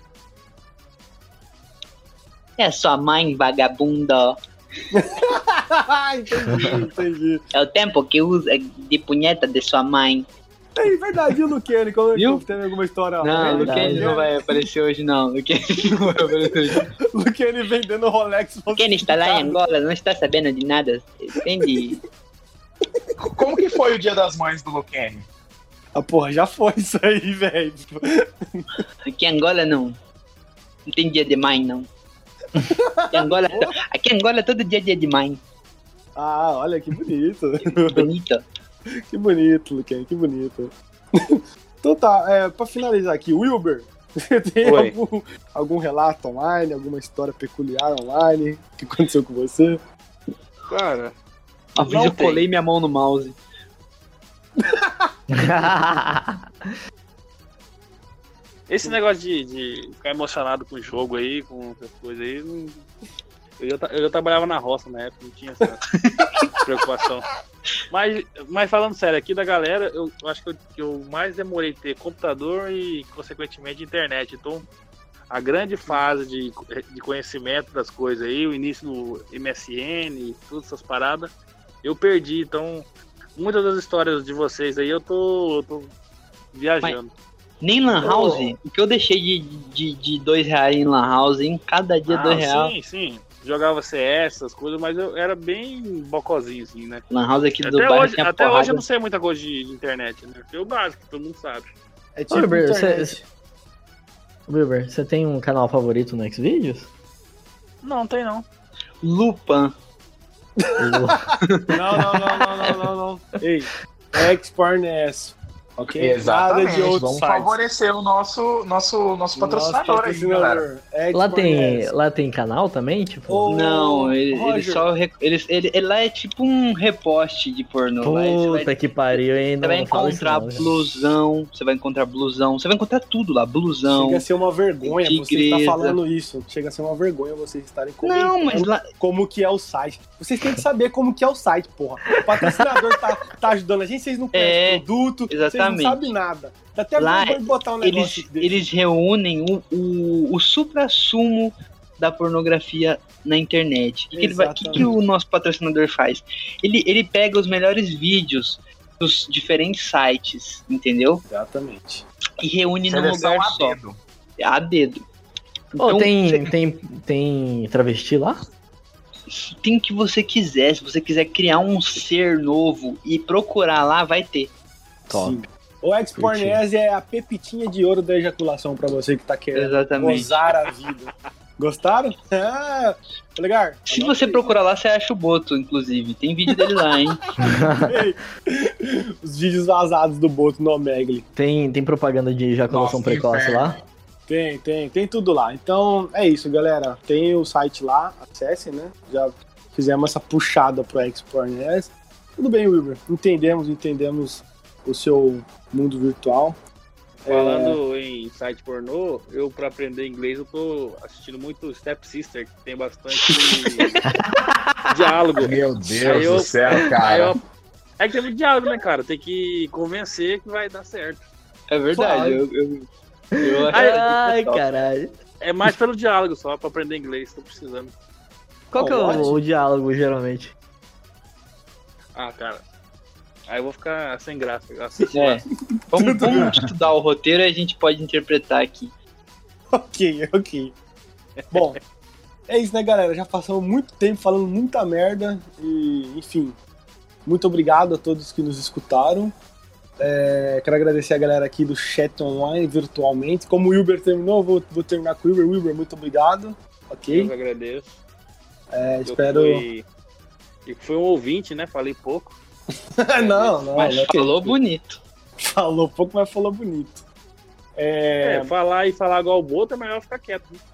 É sua mãe, vagabunda. entendi, entendi. É o tempo que usa de punheta de sua mãe. É verdade, e o Luquene? Como é Viu? que teve alguma história? Não, É, o Luquene não vai aparecer hoje, não. O Luquene não vai aparecer hoje. Luquene vendendo Rolex. O Luquene está lá em Angola, não está sabendo de nada. Entende? Como que foi o Dia das Mães do Luquene? Ah, porra, já foi isso aí, velho. Aqui em Angola não. Não tem dia de mãe, não. Aqui em Angola, aqui em Angola todo dia é dia de mãe. Ah, olha que bonito. Bonito. Que bonito, Luquene, que bonito. Então tá, é, pra finalizar aqui, Wilber, você tem Oi. algum, algum relato online, alguma história peculiar online que aconteceu com você? Cara, Uma vez Não eu tem. colei minha mão no mouse. esse negócio de, de ficar emocionado com o jogo aí, com essas coisas aí, não- eu, já, tra- eu já trabalhava na roça na época, não tinha essa preocupação. Mas, mas falando sério, aqui da galera, eu, eu acho que eu, que eu mais demorei a ter computador e, consequentemente, internet. Então, a grande fase de, de conhecimento das coisas aí, o início do M S N, todas essas paradas, eu perdi. Então, muitas das histórias de vocês aí eu tô, eu tô viajando. Nem Lan House, o que eu deixei de, de, de dois reais em Lan House, em cada dia Ah, dois reais. sim, sim. Jogava C S, essas coisas, mas eu era bem bocozinho, assim, né? Lan House aqui do Até, bairro hoje, tem a até porrada. hoje eu não sei muita coisa de, de internet, né? É o básico, todo mundo sabe. É Ô, tipo Wilber, internet. você, Wilber, você tem um canal favorito no Xvideos? Não, tem não. Lupan. Não, não, não, não, não, não, não. Ei, X-Pornes, ok? Nada Exatamente, de outros vamos sites. favorecer o nosso, nosso, nosso patrocinador aí, galera. lá, tem, lá tem canal também? Tipo, Ô, Não, ele, ele Roger. só. re- Ele, ele, ele lá é tipo um reposte de pornô. vai, você vai, puta que pariu, hein? você Não, vai não fala isso encontrar não, cara. blusão, você vai encontrar blusão, você vai encontrar tudo lá, blusão. Chega a ser uma vergonha você Tigresa. estar falando isso. Chega a ser uma vergonha vocês estarem comentando Não, mas lá. como que é o site. Vocês têm que saber como que é o site, porra. O patrocinador tá, tá ajudando a gente, vocês não conhecem É, o produto, exatamente. vocês não sabem nada. Dá até Lá, vergonha de botar um negócio Eles, desse. eles reúnem o, o, o supra-sumo da pornografia na internet. O que, que, ele vai- o que que o nosso patrocinador faz? Ele, ele pega os melhores vídeos dos diferentes sites, entendeu? Exatamente. E reúne num Seleção lugar a só. dedo. A dedo. Ô, Então, tem, você- tem, tem travesti lá? tem o que você quiser. Se você quiser criar um ser novo e procurar lá, vai ter. Top. Sim. O X-Pornes é a pepitinha de ouro da ejaculação pra você que tá querendo Exatamente. gozar a vida. Gostaram? Ah, legal. Se você procurar lá, você acha o Boto, inclusive. Tem vídeo dele lá, hein? Os vídeos vazados do Boto no Omegle. Tem, tem propaganda de ejaculação Nossa, que precoce inferno. lá? Tem, tem, tem tudo lá. Então é isso, galera. Tem o site lá, acessem, né? Já fizemos essa puxada pro X-Pornes. Tudo bem, Wilber. Entendemos, entendemos o seu mundo virtual. Falando em site pornô, eu pra aprender inglês eu tô assistindo muito Step Sister, que tem bastante diálogo. Meu Deus Aí eu- do céu, Aí cara. eu- É que tem muito diálogo, né, cara? Tem que convencer que vai dar certo. É verdade. Vai. Eu, eu, eu acho Ai, top. caralho. É mais pelo diálogo só, pra aprender inglês, tô precisando. Qual que é Pode. o, o diálogo, geralmente? Ah, cara. Aí eu vou ficar sem graça. Eu assisto É. lá. Vamos, vamos estudar o roteiro e a gente pode interpretar aqui. Ok, ok. Bom, é isso, né, galera? Já passamos muito tempo falando muita merda. E, enfim, muito obrigado a todos que nos escutaram. É, quero agradecer a galera aqui do chat online, virtualmente. Como o Wilber terminou, vou, vou terminar com o Wilber. Wilber, muito obrigado. Eu Ok? que agradeço. É, Eu espero. fui... Eu fui um ouvinte, né? Falei pouco. não, não, Mas não. falou bonito. Falou pouco, mas falou bonito. É, É, falar e falar igual o Boto é melhor ficar quieto. Né?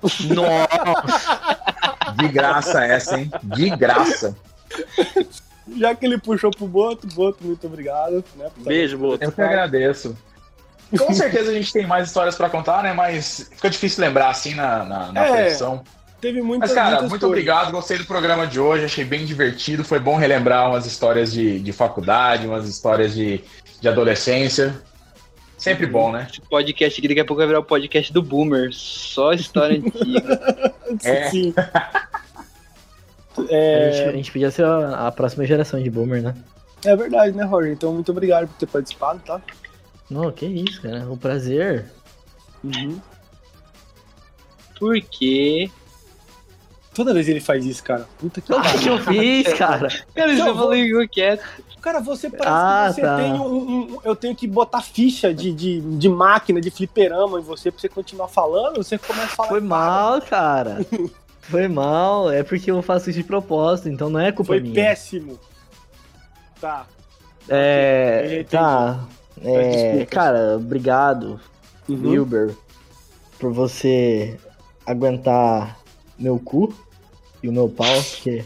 De graça essa, hein? De graça. já que ele puxou pro Boto, Boto, muito obrigado. Né, por- Beijo, Boto. Eu que agradeço. Com certeza a gente tem mais histórias pra contar, né? Mas fica difícil lembrar assim na, na, na É. pressão. Teve muitas, Mas, cara, muitas muito coisas. obrigado. Gostei do programa de hoje. Achei bem divertido. Foi bom relembrar umas histórias de, de faculdade, umas histórias de, de adolescência. Sempre bom, né? Esse podcast aqui daqui a pouco vai virar o podcast do Boomer. Só história antiga. É. Sim. A, gente, É, a gente podia ser a, a próxima geração de boomer, né? é verdade, né, Roger? Então, muito obrigado por ter participado, tá? Não, que isso, cara. O prazer. Uhum. Por quê? Toda vez ele faz isso, cara. Puta que O que que eu fiz, cara? Cara, Não, você vou- falou que ficou quieto. Cara, você parece Ah, que você tá. tem um, um- Eu tenho que botar ficha de, de, de máquina, de fliperama em você pra você continuar falando. Você começa a falar. Foi mal, cara. Foi mal. É porque eu faço isso de propósito, então não é culpa Foi minha. péssimo. Tá. É. Ok, Tá. É, desculpas. cara, obrigado, Uhum. Wilber, por você aguentar meu cu e o meu pau, porque.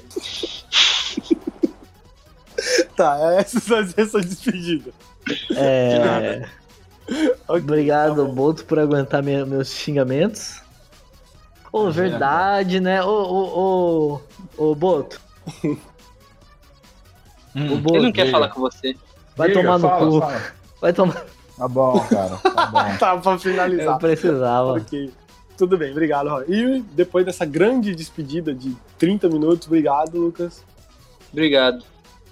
Tá, essa é essa despedida. É. Ok, Obrigado, tá bom. Boto, por aguentar minha- meus xingamentos. Ô, verdade, né? Ô, ô, ô, ô, Boto. Ô, Hum, Boto, Ele não quer diga. falar com você. vai Diga, tomar no fala, cu. fala. Vai tomar. Tá bom, cara. Tá bom. Tá, pra Eu finalizar. precisava. Ok. Tudo bem, obrigado, Roy. E depois dessa grande despedida de trinta minutos, obrigado, Lucas. Obrigado.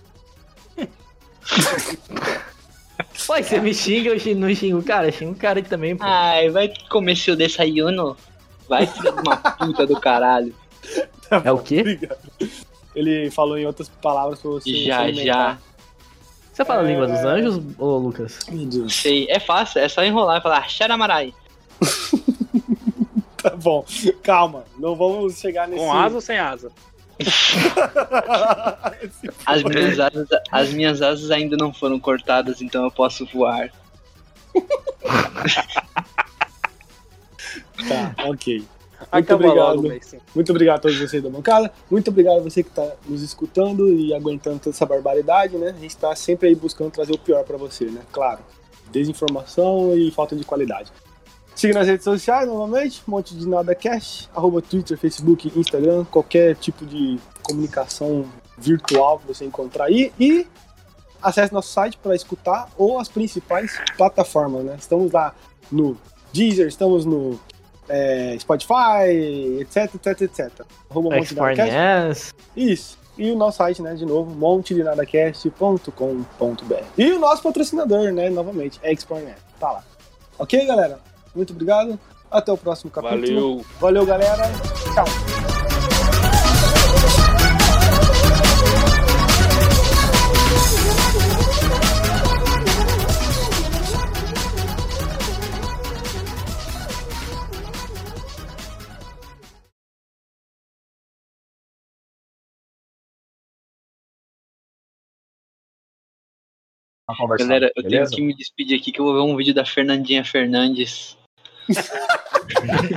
Ué, você me xinga, eu xingo- não xingo o cara, eu xingo o cara aqui também, pô. Ai, vai comer seu desayuno. Vai, filha de uma puta do caralho. É o quê? Obrigado. Ele falou em outras palavras pra você. Já, se alimentar. já. Você fala a língua dos É. anjos, ô Lucas? Meu Deus. Sei, é fácil, é só enrolar e falar Xaramarai. Tá bom, calma. Não vamos chegar nesse. Com asa ou sem asa? Esse- As minhas, asas, as minhas asas ainda não foram cortadas, então eu posso voar. Tá, ok. Muito Acaba obrigado. logo, Mason. Muito obrigado a todos vocês da bancada. Muito obrigado a você que está nos escutando e aguentando toda essa barbaridade, né? A gente está sempre aí buscando trazer o pior para você, né? Claro. Desinformação e falta de qualidade. Siga nas redes sociais, novamente, um monte de nada cash, arroba Twitter, Facebook, Instagram, qualquer tipo de comunicação virtual que você encontrar aí. E acesse nosso site para escutar ou as principais plataformas, né? Estamos lá no Deezer, estamos no é, Spotify, etc, etc, etc. Arroba um monte de nada cash. Expornias. Isso. E o nosso site, né, de novo, monte de nadacast ponto com ponto b r. E o nosso patrocinador, né, novamente, Expornet. Tá lá. Ok, galera? Muito obrigado. Até o próximo capítulo. Valeu. Valeu, galera. Tchau. Vamos conversar, Galera, eu beleza? tenho que me despedir aqui que eu vou ver um vídeo da Fernandinha Fernandes.